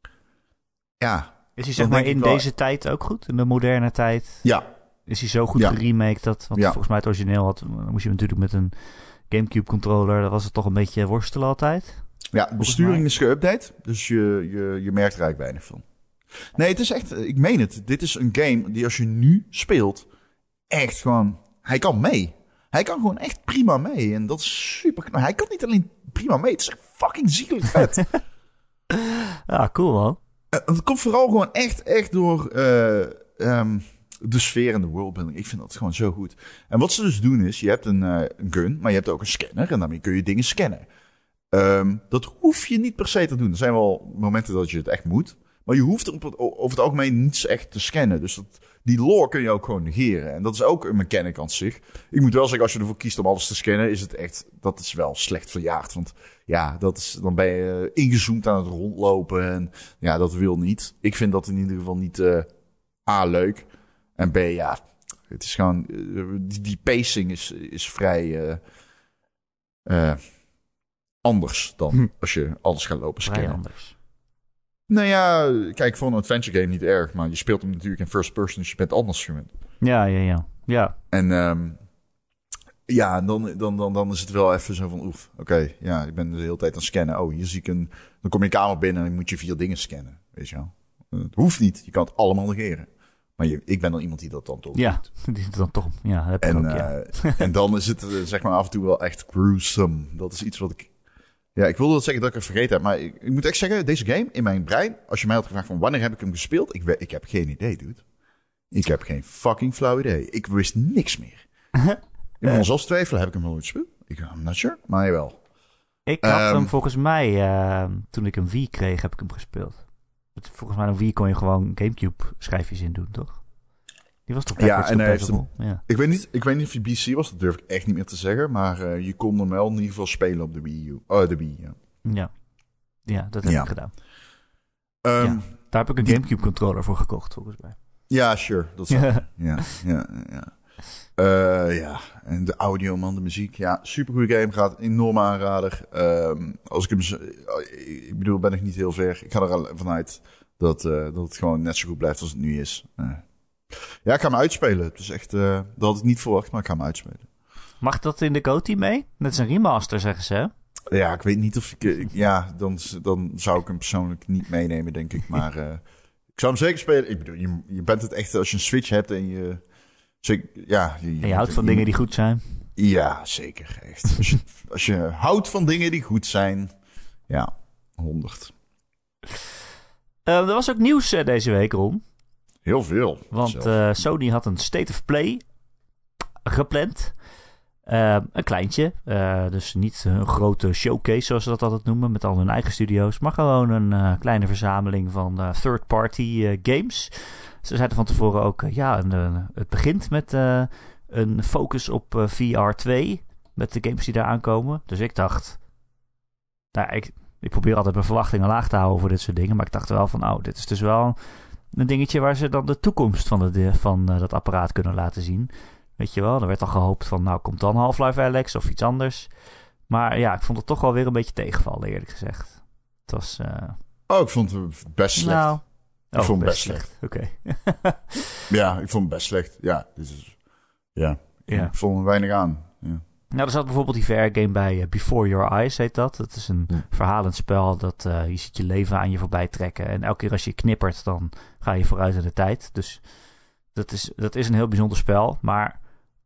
ja... Is hij zeg dan maar denk in ik wel- deze tijd ook goed? In de moderne tijd? Ja, Is hij zo goed Ja. geremaked dat... Want Ja. volgens mij het origineel had... Dan moest je natuurlijk met een Gamecube controller... Dat was het toch een beetje worstelen altijd? ja, de besturing mij. is geüpdate. Dus je, je, je merkt er eigenlijk weinig van. Nee, het is echt... Ik meen het. Dit is een game die als je nu speelt... Echt gewoon... Hij kan mee. Hij kan gewoon echt prima mee. En dat is super... knap. Hij kan niet alleen prima mee. Het is echt fucking ziekelijk vet. Ja, cool man. Uh, het komt vooral gewoon echt, echt door uh, um, de sfeer en de worldbuilding. Ik vind dat gewoon zo goed. En wat ze dus doen is, je hebt een, uh, een gun, maar je hebt ook een scanner. En daarmee kun je dingen scannen. Um, dat hoef je niet per se te doen. Er zijn wel momenten dat je het echt moet. Maar je hoeft op het, over het algemeen niets echt te scannen. Dus dat, die lore kun je ook gewoon negeren. En dat is ook een mechanic aan zich. Ik moet wel zeggen, als je ervoor kiest om alles te scannen, is het echt, dat is wel slecht verjaagd. Want ja, dat is, dan ben je ingezoomd aan het rondlopen. En ja, dat wil niet. Ik vind dat in ieder geval niet uh, A, leuk. En B, ja, het is gewoon, uh, die, die pacing is, is vrij uh, uh, anders dan hm. als je alles gaat lopen scannen. Vrij anders. Nou ja, kijk, voor een adventure game niet erg. Maar je speelt hem natuurlijk in first person, dus je bent anders gewend. Ja, ja, ja. ja. En um, ja, dan, dan, dan, dan is het wel even zo van... Oef, oké, okay, ja, ik ben de hele tijd aan het scannen. Oh, hier zie ik een... Dan kom je een kamer binnen en dan moet je vier dingen scannen. Weet je wel. Het hoeft niet, je kan het allemaal negeren. Maar je, ik ben dan iemand die dat dan toch ja, doet. die dan toch... Ja, heb en, ik ook, ja. uh, en dan is het uh, zeg maar af en toe wel echt gruesome. Dat is iets wat ik... Ja, ik wilde dat zeggen dat ik het vergeten heb. Maar ik, ik moet echt zeggen, deze game in mijn brein... Als je mij had gevraagd van wanneer heb ik hem gespeeld... Ik, ik heb geen idee, dude. Ik heb geen fucking flauw idee. Ik wist niks meer. Ik moet zelfs twijfelen, heb ik hem al ooit gespeeld? Ik I'm not sure, maar jawel. Ik had Um, hem volgens mij... Uh, toen ik een Wii kreeg, heb ik hem gespeeld. Volgens mij een Wii kon je gewoon Gamecube schijfjes in doen, toch? Die was toch ja, en hij heeft hem, een, ja. ik, weet niet, ik weet niet of hij B C was, dat durf ik echt niet meer te zeggen. Maar uh, je kon hem wel in ieder geval spelen op de Wii U. Oh, de Wii, ja. Ja, ja dat heb ja. ik gedaan. Um, ja. Daar heb ik een die... Gamecube controller voor gekocht, volgens mij. Ja, sure. Dat is ja. ja, ja, ja. Uh, ja, en de audio, man, de muziek. Ja, supergoeie game. Gaat enorm aanrader. Um, als ik hem... Ik bedoel, ben ik niet heel ver. Ik ga er vanuit dat, uh, dat het gewoon net zo goed blijft als het nu is. Uh. Ja, ik ga hem uitspelen. Het is echt... Uh, dat had ik niet verwacht, maar ik ga hem uitspelen. Mag dat in de GOTY mee? Dat is een remaster, zeggen ze, hè? Ja, ik weet niet of ik... ik ja, dan, dan zou ik hem persoonlijk niet meenemen, denk ik. Maar uh, ik zou hem zeker spelen. Ik bedoel, je, je bent het echt... Als je een Switch hebt en je... Zeker, ja, je, en je houdt van je, dingen die goed zijn. Ja, zeker. Echt. Als je, als je houdt van dingen die goed zijn. Ja, honderd. Uh, er was ook nieuws uh, deze week, Ron. Heel veel. Want uh, Sony had een State of Play gepland. Uh, een kleintje. Uh, dus niet een grote showcase, zoals ze dat altijd noemen. Met al hun eigen studio's. Maar gewoon een uh, kleine verzameling van uh, third-party uh, games. Ze zeiden van tevoren ook... Uh, ja, een, uh, het begint met uh, een focus op uh, V R twee. Met de games die daar aankomen. Dus ik dacht... Nou, ik, ik probeer altijd mijn verwachtingen laag te houden voor dit soort dingen. Maar ik dacht wel van... Oh, dit is dus wel een dingetje waar ze dan de toekomst van, de, van uh, dat apparaat kunnen laten zien. Weet je wel, er werd al gehoopt van... Nou, komt dan Half-Life Alyx of iets anders. Maar ja, ik vond het toch wel weer een beetje tegenvallen, eerlijk gezegd. Het was... Uh... Oh, ik vond het best slecht. Nou, ik oh, vond het best best slecht. slecht. Oké. Okay. Ja, ik vond het best slecht. Ja, dit is... Ja, ja. ik vond er weinig aan. Ja. Nou, er zat bijvoorbeeld die V R-game bij uh, Before Your Eyes, heet dat. Dat is een Ja. verhalend spel dat uh, je ziet je leven aan je voorbij trekken. En elke keer als je knippert, dan ga je vooruit in de tijd. Dus dat is, dat is een heel bijzonder spel. Maar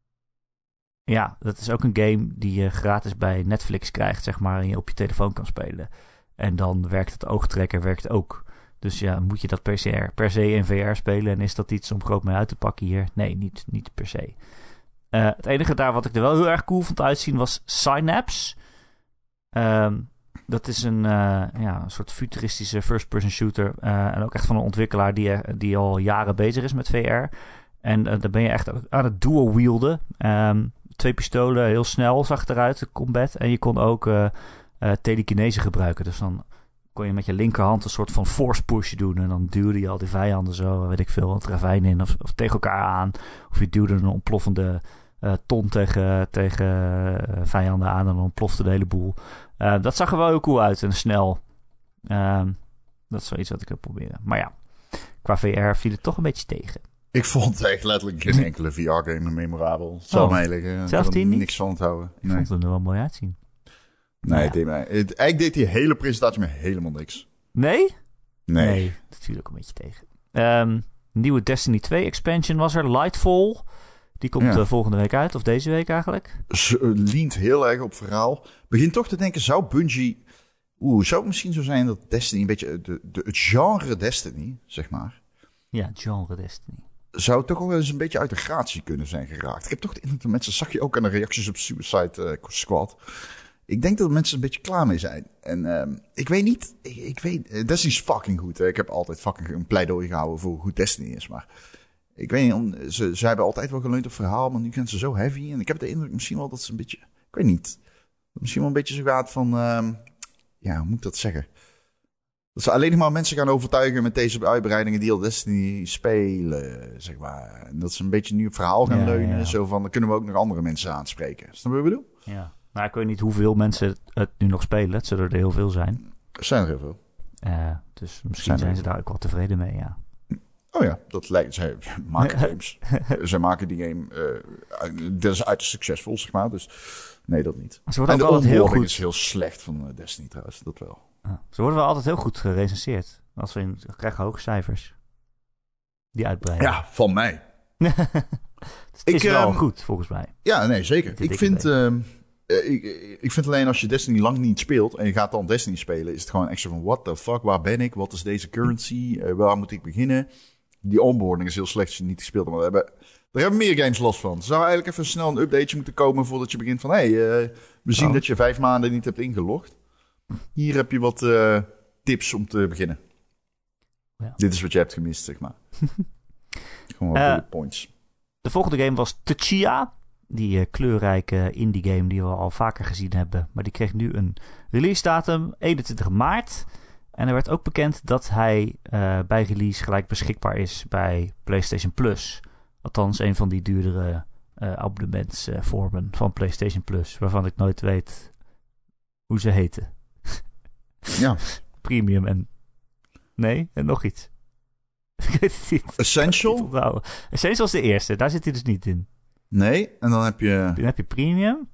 ja, dat is ook een game die je gratis bij Netflix krijgt, zeg maar. En je op je telefoon kan spelen. En dan werkt het oogtrekker werkt ook. Dus ja, moet je dat per se, per se in V R spelen? En is dat iets om groot mee uit te pakken hier? Nee, niet, niet per se. Uh, het enige daar wat ik er wel heel erg cool vond uitzien was Synapse. Um, dat is een, uh, ja, een soort futuristische first-person shooter. Uh, en ook echt van een ontwikkelaar die, die al jaren bezig is met V R. En uh, daar ben je echt aan het dual-wielden. Um, twee pistolen, heel snel zag het eruit, de combat. En je kon ook uh, uh, telekinese gebruiken. Dus dan kon je met je linkerhand een soort van force push doen. En dan duwde je al die vijanden zo, weet ik veel, het ravijn in. Of, of tegen elkaar aan. Of je duwde een ontploffende uh, ton tegen, tegen uh, vijanden aan. En dan ontplofte de hele boel. Uh, dat zag er wel heel cool uit en snel. Uh, dat is wel iets wat ik wil proberen. Maar ja, qua V R viel het toch een beetje tegen. Ik vond echt letterlijk geen enkele V R-game memorabel. Het zal Oh, mij liggen. zelfs die niet? Niks van het houden. Ik Nee, vond het er wel mooi uitzien. nee Ja. het deed mij, het, eigenlijk deed die hele presentatie me helemaal niks. Nee? Nee. Nee, dat viel ook een beetje tegen. Um, nieuwe Destiny twee expansion was er. Lightfall. Die komt Ja. uh, volgende week uit. Of deze week eigenlijk. Ze uh, leent heel erg op verhaal. Begin toch te denken, zou Bungie... Oeh, zou het misschien zo zijn dat Destiny een beetje... De, de, het genre Destiny, zeg maar... Ja, genre Destiny. Zou toch wel eens een beetje uit de gratie kunnen zijn geraakt. Ik heb toch de indruk dat mensen... Zag je ook aan de reacties op Suicide uh, Squad. Ik denk dat mensen een beetje klaar mee zijn. En um, ik weet niet... Ik, ik weet... Uh, Destiny is fucking goed. Hè. Ik heb altijd fucking een pleidooi gehouden voor hoe goed Destiny is. Maar ik weet niet... Om, ze, ze hebben altijd wel geleund op verhaal. Maar nu zijn ze zo heavy. En ik heb de indruk misschien wel dat ze een beetje... Ik weet niet. Misschien wel een beetje zo gaat van... Um, ja, hoe moet ik dat zeggen? Dat ze alleen maar mensen gaan overtuigen met deze uitbreidingen die al Destiny spelen, zeg maar. En dat ze een beetje nu op verhaal gaan Ja, leunen. ja. Zo van, dan kunnen we ook nog andere mensen aanspreken. Snap je wat ik bedoel? Ja. Nou, ik weet niet hoeveel mensen het nu nog spelen. Het zullen er heel veel zijn. Er zijn er heel veel. Uh, dus misschien Zijn er zijn ze heel daar ook wel tevreden mee, ja. Oh ja, dat lijkt... Zij maken games. Zij maken die game... Uh, dat is uiterst succesvol, zeg maar. Dus nee, dat niet. Ze worden En de ook altijd heel onboarding goed. is heel slecht van uh, Destiny trouwens. Dat wel. Ja. Ze worden wel altijd heel goed gerecenseerd. Als we in, we krijgen hoge cijfers. Die uitbreiden. Ja, van mij. Het is Ik, wel um, goed, volgens mij. Ja, nee, zeker. De Ik dikke vind, uh, ik, ik vind alleen als je Destiny lang niet speelt en je gaat dan Destiny spelen, is het gewoon echt zo van, what the fuck, waar ben ik? Wat is deze currency? Uh, waar moet ik beginnen? Die onboarding is heel slecht als je niet gespeeld hebt. Maar daar hebben, daar hebben meer games last van. Er zou eigenlijk even snel een updateje moeten komen voordat je begint van, hé, hey, uh, we zien Oh. dat je vijf maanden niet hebt ingelogd. Hier heb je wat uh, tips om te beginnen. Ja. Dit is wat je hebt gemist, zeg maar. Gewoon wat Uh, bullet points. De volgende game was Tchia. Die uh, kleurrijke indie game die we al vaker gezien hebben. Maar die kreeg nu een release datum, eenentwintig maart. En er werd ook bekend dat hij uh, bij release gelijk beschikbaar is bij PlayStation Plus. Althans, een van die duurdere uh, abonnementsvormen uh, van PlayStation Plus. Waarvan ik nooit weet hoe ze heten. Ja. Premium en... Nee, en nog iets. Ik weet het niet. Essential? Essential is de eerste. Daar zit hij dus niet in. Nee, en dan heb je... Dan heb je Premium.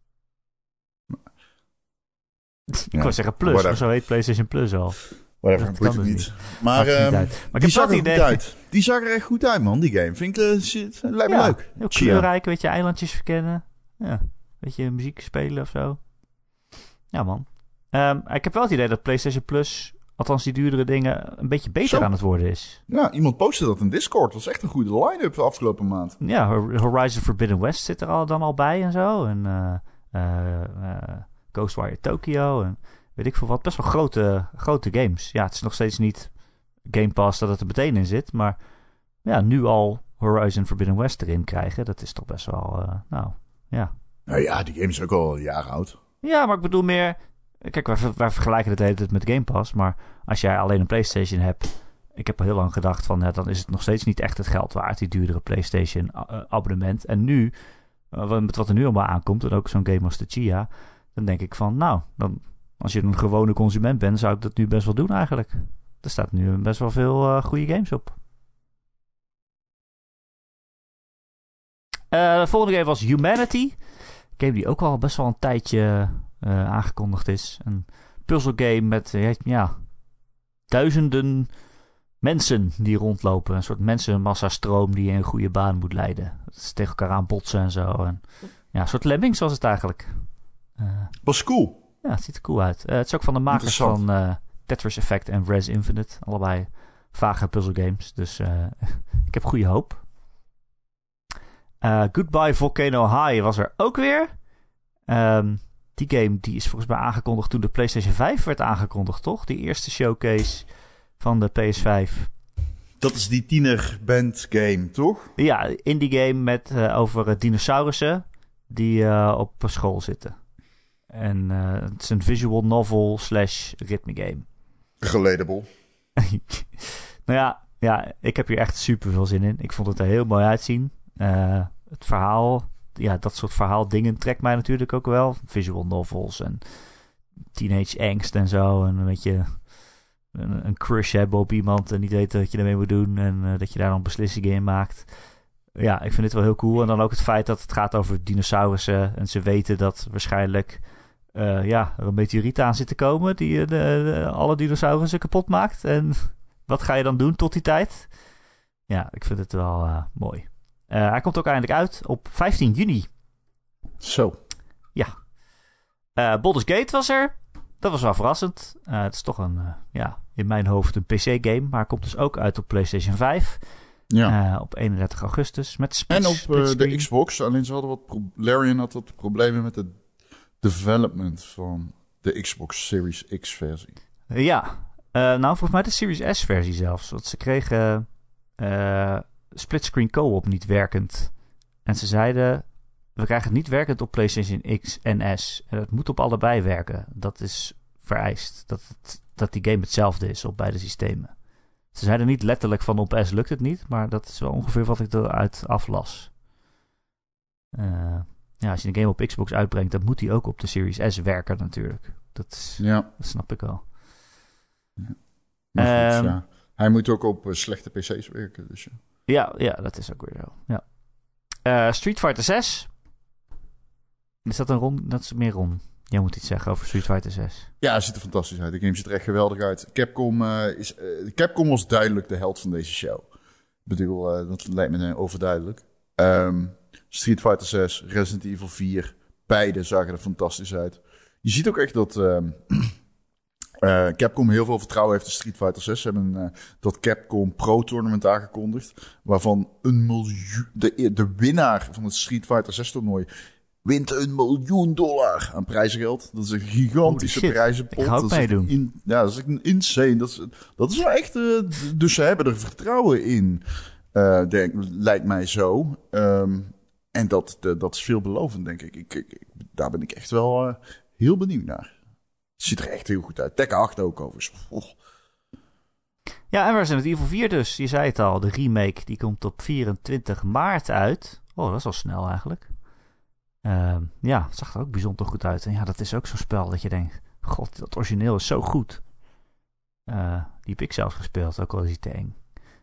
Ik Ja, wou zeggen Plus, whatever. maar zo heet PlayStation Plus al. Whatever, Dat weet kan ik dus niet. niet. Maar, Maakt niet um, uit. Maar ik die heb zag wel er het goed idee... uit. Die zag er echt goed uit, man, die game. Vind ik, uh, zit- lijkt me Ja, leuk. heel Chia. kleurrijk, weet je, eilandjes verkennen. Ja, weet je, muziek spelen of zo. Ja, man. Um, ik heb wel het idee dat PlayStation Plus, althans die duurdere dingen, een beetje beter Zo. aan het worden is. Ja, iemand postte dat in Discord. Dat was echt een goede line-up de afgelopen maand. Ja, Horizon Forbidden West zit er al, dan al bij en zo. En uh, uh, uh, Ghostwire Tokyo en weet ik veel wat. Best wel grote, grote games. Ja, het is nog steeds niet Game Pass dat het er meteen in zit. Maar ja, nu al Horizon Forbidden West erin krijgen, dat is toch best wel, uh, nou, ja. Nou ja, die game is ook al een jaar oud. Ja, maar ik bedoel meer... Kijk, wij, wij vergelijken het de hele tijd met Game Pass. Maar als jij alleen een PlayStation hebt... Ik heb al heel lang gedacht van... Ja, dan is het nog steeds niet echt het geld waard. Die duurdere PlayStation uh, abonnement. En nu, uh, met wat er nu allemaal aankomt... En ook zo'n game als de Chia... Dan denk ik van, nou... Dan, als je een gewone consument bent... Zou ik dat nu best wel doen eigenlijk. Er staat nu best wel veel uh, goede games op. Uh, de volgende game was Humanity... game die ook al best wel een tijdje uh, aangekondigd is. Een puzzelgame met uh, ja, duizenden mensen die rondlopen. Een soort mensenmassastroom die je een goede baan moet leiden. Dat is tegen elkaar aan botsen en zo. En, ja, een soort Lemmings was het eigenlijk. Uh, was cool. Ja, het ziet er cool uit. Uh, het is ook van de makers van uh, Tetris Effect en Res Infinite. Allebei vage puzzelgames. Dus uh, ik heb goede hoop. Uh, Goodbye Volcano High was er ook weer. Um, die game die is volgens mij aangekondigd toen de PlayStation vijf werd aangekondigd, toch? Die eerste showcase van de P S vijf. Dat is die tienerband game, toch? Ja, indie game met uh, over uh, dinosaurussen die uh, op school zitten. En uh, het is een visual novel slash ritme game. Relatable. nou ja, ja, ik heb hier echt super veel zin in. Ik vond het er heel mooi uitzien. Uh, het verhaal, ja, dat soort verhaaldingen trekt mij natuurlijk ook wel. Visual novels en teenage angst en zo. En een beetje een, een crush hebben op iemand en niet weten wat je ermee moet doen. En uh, dat je daar dan beslissingen in maakt. Ja, ik vind het wel heel cool. En dan ook het feit dat het gaat over dinosaurussen. En ze weten dat waarschijnlijk uh, ja, er een meteoriet aan zit te komen die uh, de, de, alle dinosaurussen kapot maakt. En wat ga je dan doen tot die tijd? Ja, ik vind het wel uh, mooi. Uh, hij komt ook eindelijk uit op vijftien juni. Zo. Ja. Uh, Baldur's Gate was er. Dat was wel verrassend. Uh, het is toch een, uh, ja, in mijn hoofd een P C-game. Maar hij komt dus ook uit op PlayStation vijf. Ja. Uh, op eenendertig augustus. Met split, en op uh, de Xbox. Alleen ze hadden wat pro- Larian had wat problemen met de development van de Xbox Series X-versie. Uh, ja. Uh, nou, volgens mij de Series S-versie zelfs. Want ze kregen uh, splitscreen co-op niet werkend. En ze zeiden, we krijgen het niet werkend op PlayStation X en S. En het moet op allebei werken. Dat is vereist. Dat, het, dat die game hetzelfde is op beide systemen. Ze zeiden niet letterlijk van op S lukt het niet. Maar dat is wel ongeveer wat ik eruit aflas. Uh, ja, als je een game op Xbox uitbrengt, dan moet die ook op de Series S werken natuurlijk. Dat, is, ja. dat snap ik wel. Ja. Maar goed, um, ja. Hij moet ook op uh, slechte P C's werken. Dus ja. Ja, ja, dat is ook weer zo. Ja. Uh, Street Fighter zes. Is dat een Ron? Dat is meer Ron. Jij moet iets zeggen over Street Fighter zes. Ja, het ziet er fantastisch uit. De game ziet er echt geweldig uit. Capcom, uh, is, uh, Capcom was duidelijk de held van deze show. Ik bedoel, uh, dat lijkt me overduidelijk. Um, Street Fighter zes, Resident Evil vier. Beide zagen er fantastisch uit. Je ziet ook echt dat um, uh, Capcom heel veel vertrouwen heeft in Street Fighter zes. Ze hebben uh, dat Capcom Pro Tournament aangekondigd. Waarvan een miljoen, de, de winnaar van het Street Fighter zes toernooi wint een miljoen dollar aan prijzengeld. Dat is een gigantische prijzenpot. Ik ga ook meedoen. In, ja, dat is een insane. Dat is, dat is wel echt... Uh, dus ze hebben er vertrouwen in. Uh, denk, lijkt mij zo. Um, en dat, de, dat is veelbelovend, denk ik. Ik, ik, ik. Daar ben ik echt wel uh, heel benieuwd naar. Het ziet er echt heel goed uit. Tekken acht ook overigens. Oh. Ja, en Resident Evil vier dus. Je zei het al. De remake die komt op vierentwintig maart uit. Oh, dat is al snel eigenlijk. Uh, ja, het zag er ook bijzonder goed uit. En ja, dat is ook zo'n spel dat je denkt... God, dat origineel is zo goed. Uh, die heb ik zelfs gespeeld, ook al is hij te eng.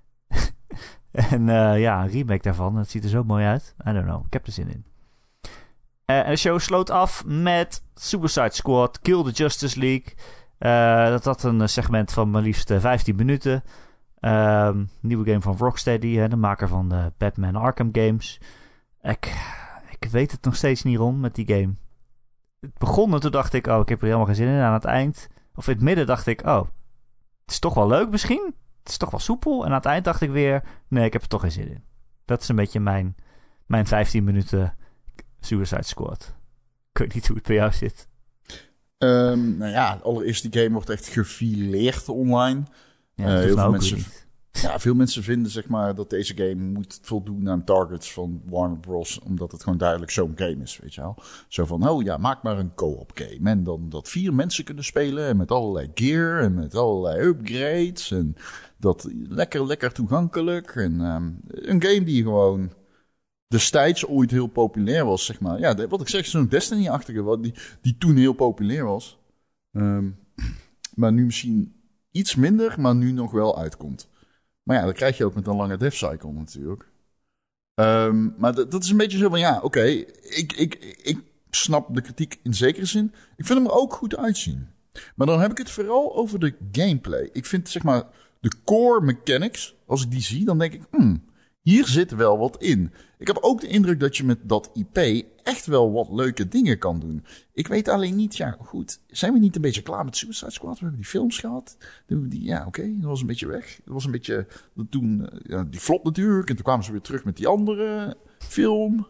en uh, ja, een remake daarvan. Het ziet er zo mooi uit. I don't know, ik heb er zin in. Uh, en de show sloot af met Suicide Squad, Kill the Justice League. Uh, dat had een segment van maar liefst vijftien minuten. Uh, nieuwe game van Rocksteady, hè, de maker van de Batman Arkham games. Ik... Ik weet het nog steeds niet rond met die game. Het begon en toen dacht ik, oh, ik heb er helemaal geen zin in. En aan het eind, of in het midden dacht ik, oh, het is toch wel leuk misschien. Het is toch wel soepel. En aan het eind dacht ik weer, nee, ik heb er toch geen zin in. Dat is een beetje mijn, mijn vijftien minuten Suicide Squad. Ik weet niet hoe het bij jou zit. Um, nou ja, allereerst die game wordt echt gefileerd online. Ja, dat uh, heel veel mensen... Niet. Ja, veel mensen vinden zeg maar dat deze game moet voldoen aan targets van Warner Bros. Omdat het gewoon duidelijk zo'n game is, weet je wel. Zo van, oh ja, maak maar een co-op game. En dan dat vier mensen kunnen spelen en met allerlei gear en met allerlei upgrades. En dat lekker, lekker toegankelijk. En um, een game die gewoon destijds ooit heel populair was, zeg maar. Ja, wat ik zeg, zo'n Destiny-achtige, die, die toen heel populair was. Um, maar nu misschien iets minder, maar nu nog wel uitkomt. Maar ja, dat krijg je ook met een lange dev cycle natuurlijk. Um, maar d- dat is een beetje zo van, ja, oké, okay, ik, ik, ik snap de kritiek in zekere zin. Ik vind hem er ook goed uitzien. Maar dan heb ik het vooral over de gameplay. Ik vind, zeg maar, de core mechanics, als ik die zie, dan denk ik, hmm, hier zit wel wat in. Ik heb ook de indruk dat je met dat I P echt wel wat leuke dingen kan doen. Ik weet alleen niet, ja, goed, zijn we niet een beetje klaar met Suicide Squad? We hebben die films gehad. Die, ja, oké, okay, dat was een beetje weg. Dat was een beetje, dat toen, ja, die flop natuurlijk. En toen kwamen ze weer terug met die andere film.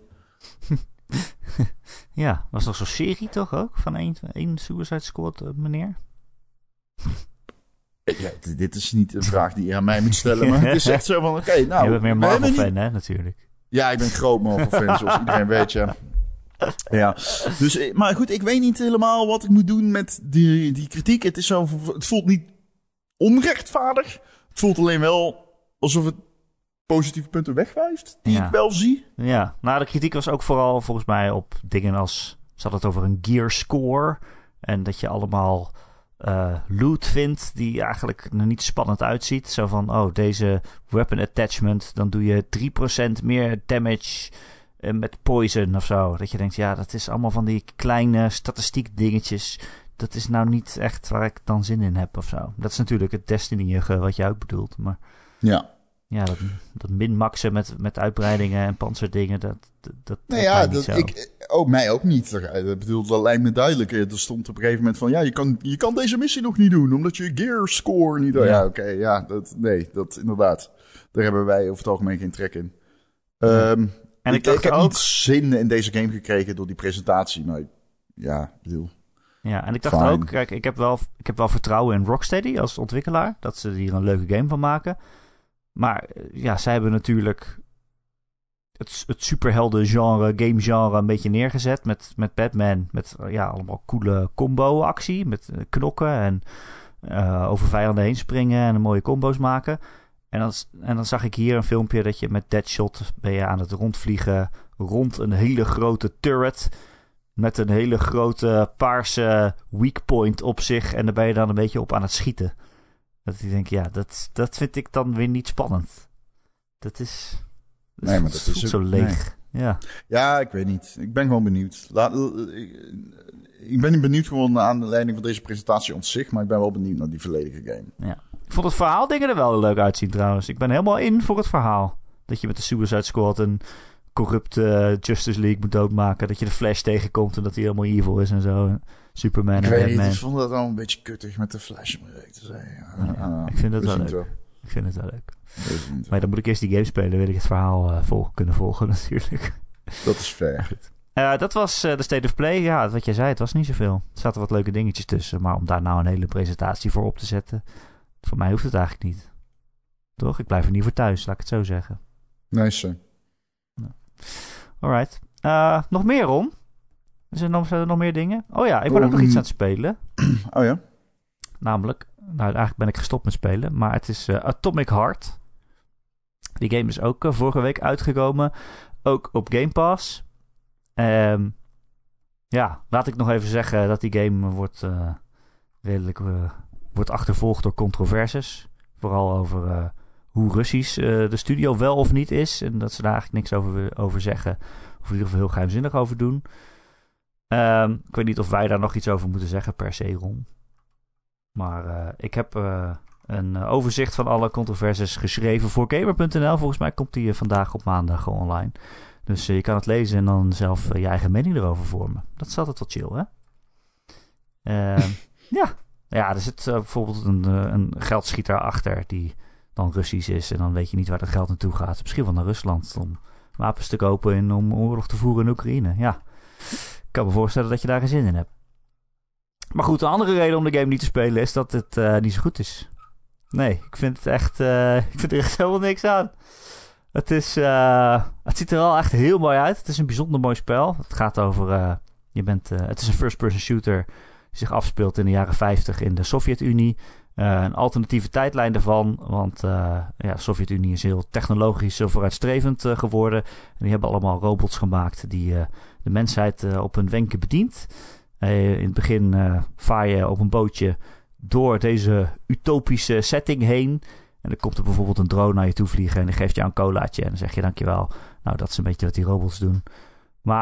Ja, was nog zo'n serie toch ook? Van één, één Suicide Squad, uh, meneer? Ja, dit is niet een vraag die je aan mij moet stellen. Maar het is echt zo van, oké, okay, nou... Je bent meer Marvel-fan, hè, natuurlijk. Ja, ik ben een groot Marvel-fan, zoals iedereen weet, ja. Ja, dus, maar goed, ik weet niet helemaal wat ik moet doen met die, die kritiek. Het is zo, het voelt niet onrechtvaardig. Het voelt alleen wel alsof het positieve punten wegwijst, die ja. ik wel zie. Ja, nou, de kritiek was ook vooral volgens mij op dingen als... Ze hadden het over een gear score. En dat je allemaal uh, loot vindt die eigenlijk er niet spannend uitziet. Zo van, oh, deze weapon attachment, dan doe je drie procent meer damage uh, met poison of zo. Dat je denkt, ja, dat is allemaal van die kleine statistiek dingetjes. Dat is nou niet echt waar ik dan zin in heb of zo. Dat is natuurlijk het Destiny wat jij ook bedoelt, maar... Ja. Ja, dat, dat min-maxen met, met uitbreidingen en panzerdingen, dat, dat, dat nee, ja, dat ik, ook mij ook niet. Dat, bedoel, dat lijkt me duidelijk. Er stond op een gegeven moment van, ja, je kan, je kan deze missie nog niet doen, omdat je gear score niet... Ja, ja oké, okay, ja, dat, nee, dat inderdaad. Daar hebben wij over het algemeen geen trek in. Ja. Um, en ik, ik, ik heb ook... niet zin in deze game gekregen door die presentatie, maar ja, bedoel... Ja, en ik dacht Fine. ook, kijk, ik heb, wel, ik heb wel vertrouwen in Rocksteady als ontwikkelaar, dat ze hier een leuke game van maken. Maar ja, zij hebben natuurlijk het, het superhelden genre, game genre een beetje neergezet met, met Batman. Met ja, allemaal coole combo actie, met knokken en uh, over vijanden heen springen en mooie combo's maken. En dan, en dan zag ik hier een filmpje dat je met Deadshot ben je aan het rondvliegen rond een hele grote turret met een hele grote paarse weak point op zich. En daar ben je dan een beetje op aan het schieten. Dat ik denk, ja, dat, dat vind ik dan weer niet spannend. Dat is... Dat nee, maar dat is zo leeg. Nee. Ja. ja, ik weet niet. Ik ben gewoon benieuwd. Laat, ik ben niet benieuwd gewoon aan de leiding van deze presentatie op zich, maar ik ben wel benieuwd naar die volledige game. Ja. Ik vond het verhaal dingen er wel leuk uitzien trouwens. Ik ben helemaal in voor het verhaal. Dat je met de Suicide Squad een corrupte Justice League moet doodmaken. Dat je de Flash tegenkomt en dat hij helemaal evil is en zo. Superman ik en weet Batman. Niet, ik vond dat wel een beetje kuttig met de Flash, om eerlijk te zeggen. Ja, ja, uh, ik vind het wel leuk. Wel. Ik vind het wel leuk. Maar dan moet ik eerst die game spelen, wil ik het verhaal uh, vol, kunnen volgen natuurlijk. Dat is fair. Uh, dat was uh, de State of Play. Ja, wat jij zei, het was niet zoveel. Er zaten wat leuke dingetjes tussen. Maar om daar nou een hele presentatie voor op te zetten, voor mij hoeft het eigenlijk niet. Toch? Ik blijf er niet voor thuis, laat ik het zo zeggen. Nice. Nou. Alright. Uh, nog meer, Ron? Is er nog, zijn er nog meer dingen? Oh ja, ik ben oh, ook nog iets aan het spelen. Oh ja? Namelijk, nou eigenlijk ben ik gestopt met spelen, maar het is uh, Atomic Heart. Die game is ook uh, vorige week uitgekomen. Ook op Game Pass. Um, ja, laat ik nog even zeggen dat die game wordt uh, redelijk uh, wordt achtervolgd door controverses. Vooral over uh, hoe Russisch uh, de studio wel of niet is. En dat ze daar eigenlijk niks over, over zeggen. Of in ieder geval heel geheimzinnig over doen. Um, ik weet niet of wij daar nog iets over moeten zeggen per se, Ron. Maar uh, ik heb uh, een uh, overzicht van alle controversies geschreven voor gamer punt n l. Volgens mij komt die uh, vandaag op maandag online. Dus uh, je kan het lezen en dan zelf uh, je eigen mening erover vormen. Dat is altijd wel chill, hè? Uh, ja. Ja, er zit uh, bijvoorbeeld een, uh, een geldschieter achter die dan Russisch is. En dan weet je niet waar dat geld naartoe gaat. Misschien wel naar Rusland om wapens te kopen en om oorlog te voeren in Oekraïne. Ja, ik kan me voorstellen dat je daar geen zin in hebt. Maar goed, een andere reden om de game niet te spelen is dat het uh, niet zo goed is. Nee, ik vind het echt, uh, ik vind er echt helemaal niks aan. Het is, uh, het ziet er al echt heel mooi uit. Het is een bijzonder mooi spel. Het gaat over, uh, je bent, uh, het is een first-person shooter die zich afspeelt in de jaren vijftig in de Sovjet-Unie. Uh, een alternatieve tijdlijn daarvan, want uh, ja, de Sovjet-Unie is heel technologisch uh, vooruitstrevend uh, geworden. En die hebben allemaal robots gemaakt die uh, de mensheid uh, op hun wenken bedient. Uh, in het begin uh, vaar je op een bootje door deze utopische setting heen. En dan komt er bijvoorbeeld een drone naar je toe vliegen en die geeft je een colaatje. En dan zeg je dankjewel. Nou, dat is een beetje wat die robots doen. Maar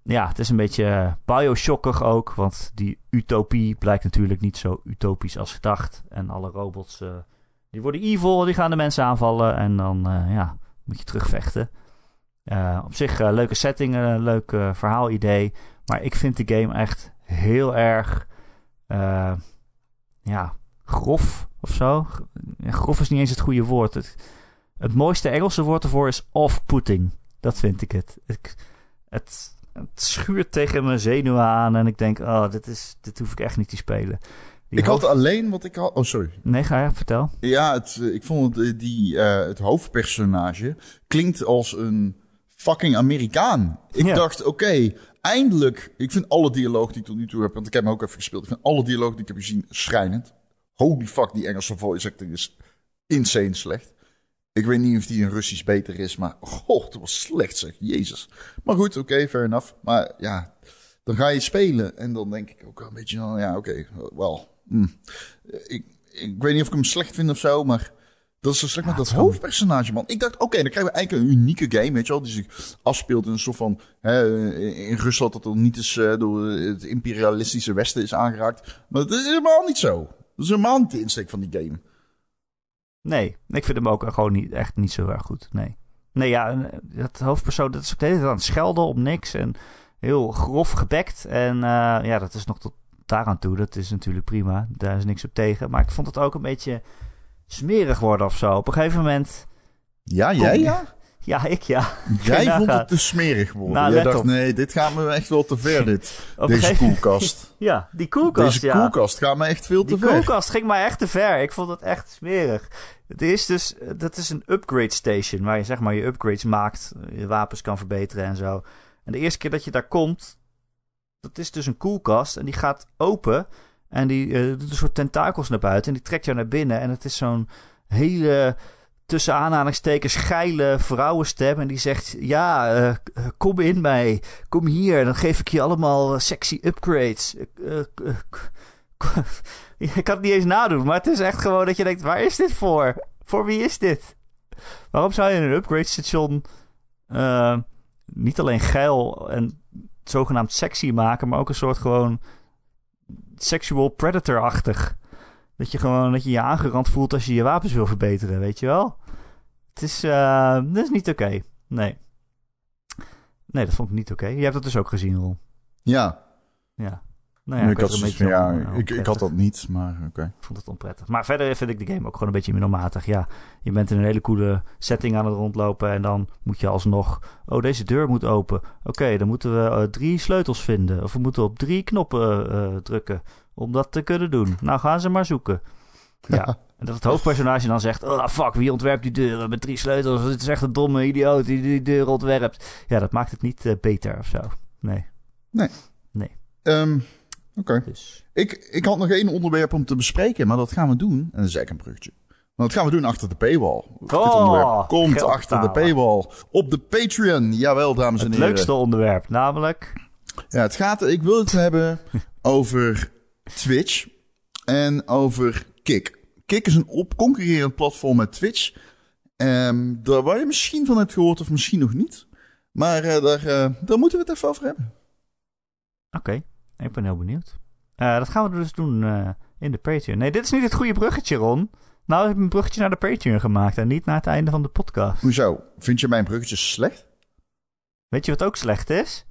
ja, het is een beetje Bioshockig ook. Want die utopie blijkt natuurlijk niet zo utopisch als gedacht. En alle robots, uh, die worden evil, die gaan de mensen aanvallen. En dan, uh, ja, moet je terugvechten. Uh, op zich, uh, leuke setting, uh, leuk uh, verhaalidee. Maar ik vind de game echt heel erg, uh, ja, grof of zo. Grof is niet eens het goede woord. Het, het mooiste Engelse woord ervoor is off-putting. Dat vind ik het. Ik, het. Het schuurt tegen mijn zenuwen aan en ik denk, oh, dit, is, dit hoef ik echt niet te spelen. Die ik hoofd... had alleen wat ik had... Oh, sorry. Nee, ga je, vertel. Ja, het, ik vond het, die, uh, het hoofdpersonage klinkt als een fucking Amerikaan. Ik ja. dacht, oké, okay, eindelijk... Ik vind alle dialoog die ik tot nu toe heb, want ik heb hem ook even gespeeld. Ik vind alle dialoog die ik heb gezien schrijnend. Holy fuck, die Engelse voice acting is insane slecht. Ik weet niet of die in Russisch beter is, maar goh, dat was slecht zeg, jezus. Maar goed, oké, okay, fair enough. Maar ja, dan ga je spelen en dan denk ik ook wel een beetje, van, ja, oké, okay, wel. Mm. Ik, ik weet niet of ik hem slecht vind of zo, maar dat is zo slecht ja, met dat hoofdpersonage, man. Ik dacht, oké, okay, dan krijgen we eigenlijk een unieke game, weet je wel, die zich afspeelt in een soort van, hè, in Rusland dat er niet eens uh, door het imperialistische Westen is aangeraakt. Maar dat is helemaal niet zo. Dat is helemaal niet de insteek van die game. Nee, ik vind hem ook gewoon niet, echt niet zo erg goed. Nee, nee ja, het hoofdpersoon dat is ook de hele tijd aan het schelden op niks. En heel grof gebekt. En uh, ja, dat is nog tot daaraan toe. Dat is natuurlijk prima. Daar is niks op tegen. Maar ik vond het ook een beetje smerig worden of zo. Op een gegeven moment... Ja, jij ja? Ja, ik ja. Jij vond het te smerig worden. Nou, jij dacht, op. nee, dit gaat me echt wel te ver, dit. Deze gegeven... koelkast. Ja, die koelkast, Deze ja. koelkast gaat me echt veel te die ver. Die koelkast ging mij echt te ver. Ik vond het echt smerig. Het is dus, dat is een upgrade station, waar je zeg maar je upgrades maakt, je wapens kan verbeteren en zo. En de eerste keer dat je daar komt, dat is dus een koelkast en die gaat open en die uh, doet een soort tentakels naar buiten en die trekt jou naar binnen. En het is zo'n hele... tussen aanhalingstekens geile vrouwenstem. En die zegt, ja, uh, kom in mij. Kom hier, dan geef ik je allemaal sexy upgrades. Uh, uh, uh, ik kan het niet eens nadoen, maar het is echt gewoon dat je denkt, waar is dit voor? Voor wie is dit? Waarom zou je een upgrade station uh, niet alleen geil en zogenaamd sexy maken, maar ook een soort gewoon sexual predator-achtig? Dat je gewoon dat je je aangerand voelt als je je wapens wil verbeteren, weet je wel? Het is, uh, dat is niet oké. Okay. Nee. Nee, dat vond ik niet oké. Okay. Je hebt dat dus ook gezien, Ron. Ja. Ja. Nou ja, ik, ik, had een dus, beetje ja, on, ik, ik had dat niet, maar oké. Okay. Ik vond het onprettig. Maar verder vind ik de game ook gewoon een beetje middelmatig. Ja, je bent in een hele coole setting aan het rondlopen en dan moet je alsnog... Oh, deze deur moet open. Oké, okay, dan moeten we uh, drie sleutels vinden. Of we moeten op drie knoppen uh, drukken om dat te kunnen doen. Nou, gaan ze maar zoeken. Ja, en dat het hoofdpersonage dan zegt... Oh, fuck, wie ontwerpt die deuren met drie sleutels? Dit is echt een domme idioot die die deur ontwerpt. Ja, dat maakt het niet uh, beter of zo. Nee. Nee. Nee. Um, Oké. Okay. Dus. Ik, ik had nog één onderwerp om te bespreken, maar dat gaan we doen. En dat is eigenlijk een bruggetje. Maar dat gaan we doen achter de paywall. Oh, Dit onderwerp komt achter de paywall. Op de Patreon. Jawel, dames en het heren. Het leukste onderwerp, namelijk... Ja, het gaat... Ik wil het hebben over Twitch en over Kick. Kick is een op concurrerend platform met Twitch. Um, daar waar je misschien van hebt gehoord of misschien nog niet. Maar uh, daar, uh, daar moeten we het even over hebben. Oké, okay, ik ben heel benieuwd. Uh, dat gaan we dus doen uh, in de Patreon. Nee, dit is niet het goede bruggetje, Ron. Nou heb ik een bruggetje naar de Patreon gemaakt en niet naar het einde van de podcast. Hoezo? Vind je mijn bruggetjes slecht? Weet je wat ook slecht is?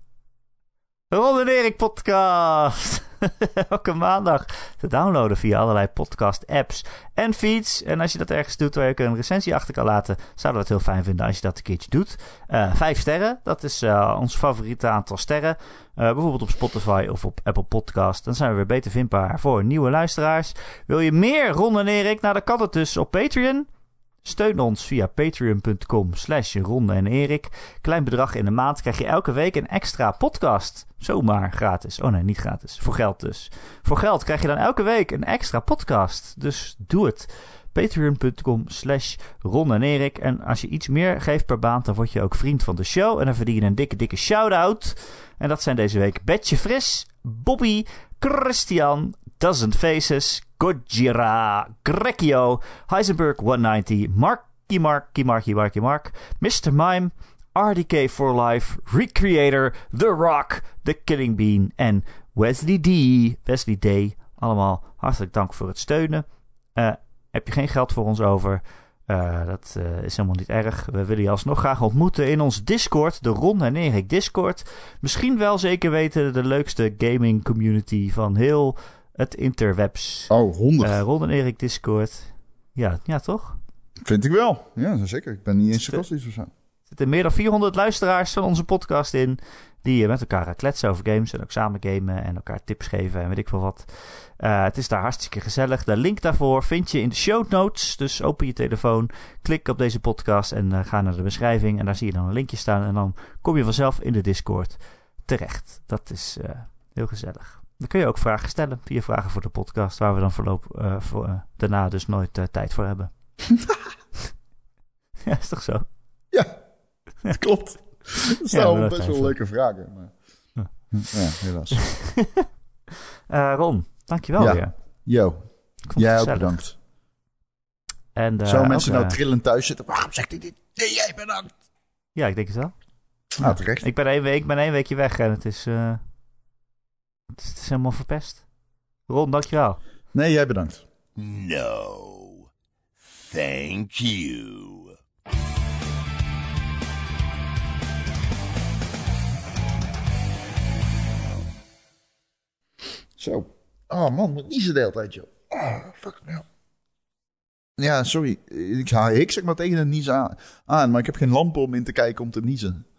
Ron en Erik podcast. Elke maandag te downloaden via allerlei podcast apps en feeds. En als je dat ergens doet waar je ook een recensie achter kan laten, zouden we het heel fijn vinden als je dat een keertje doet. Uh, vijf sterren, dat is uh, ons favoriete aantal sterren. Uh, bijvoorbeeld op Spotify of op Apple Podcast. Dan zijn we weer beter vindbaar voor nieuwe luisteraars. Wil je meer Ron en Erik? Nou, dan kan het dus op Patreon. Steun ons via patreon.com slash Ron en Erik. Klein bedrag in de maand krijg je elke week een extra podcast. Zomaar gratis. Oh nee, niet gratis. Voor geld dus. Voor geld krijg je dan elke week een extra podcast. Dus doe het. Patreon.com slash Ron en Erik. En als je iets meer geeft per maand, dan word je ook vriend van de show. En dan verdien je een dikke, dikke shout-out. En dat zijn deze week Betje Fris, Bobby, Christian, Dozen Faces, Gojira, Grekio, Heisenberg honderdnegentig, Marky Marky Marky Marky Mark, mister Mime, R D K for Life, Recreator, The Rock, The Killing Bean en Wesley D. Wesley D. Allemaal hartelijk dank voor het steunen. Uh, heb je geen geld voor ons over? Uh, dat uh, is helemaal niet erg. We willen je alsnog graag ontmoeten in ons Discord, de Ron en Erik Discord. Misschien wel zeker weten de leukste gaming community van heel het interwebs. Oh, honderd. Uh, Ron en Erik Discord. Ja, ja, toch? Vind ik wel. Ja, zeker. Ik ben niet eens sarcastisch of zo. Er zitten meer dan vierhonderd luisteraars van onze podcast in, die met elkaar kletsen over games en ook samen gamen en elkaar tips geven en weet ik veel wat. Uh, het is daar hartstikke gezellig. De link daarvoor vind je in de show notes. Dus open je telefoon, klik op deze podcast en uh, ga naar de beschrijving. En daar zie je dan een linkje staan en dan kom je vanzelf in de Discord terecht. Dat is uh, heel gezellig. Dan kun je ook vragen stellen via vragen voor de podcast, waar we dan voorlopig uh, voor, uh, daarna dus nooit uh, tijd voor hebben. Ja, is toch zo? Ja, dat klopt. Dat zijn ja, best wel leuke vragen. Maar... Ja. ja, helaas. uh, Ron, dankjewel ja. weer. Yo, jij ook bedankt. En, uh, Zo mensen ook, nou uh, trillend thuis zitten. Waarom zegt hij dit? Nee, jij bedankt. Ja, ik denk het wel. Ah, terecht. Ik ben één week, ik ben één weekje weg en het is, uh, het is, het is helemaal verpest. Ron, dankjewel. Nee, jij bedankt. No, thank you. Zo. Oh man, moet niezen de hele tijd, joh. Oh, fuck me. Ja, sorry. Ik hiks zeg maar tegen het niezen aan, aan, maar ik heb geen lamp om in te kijken om te niezen.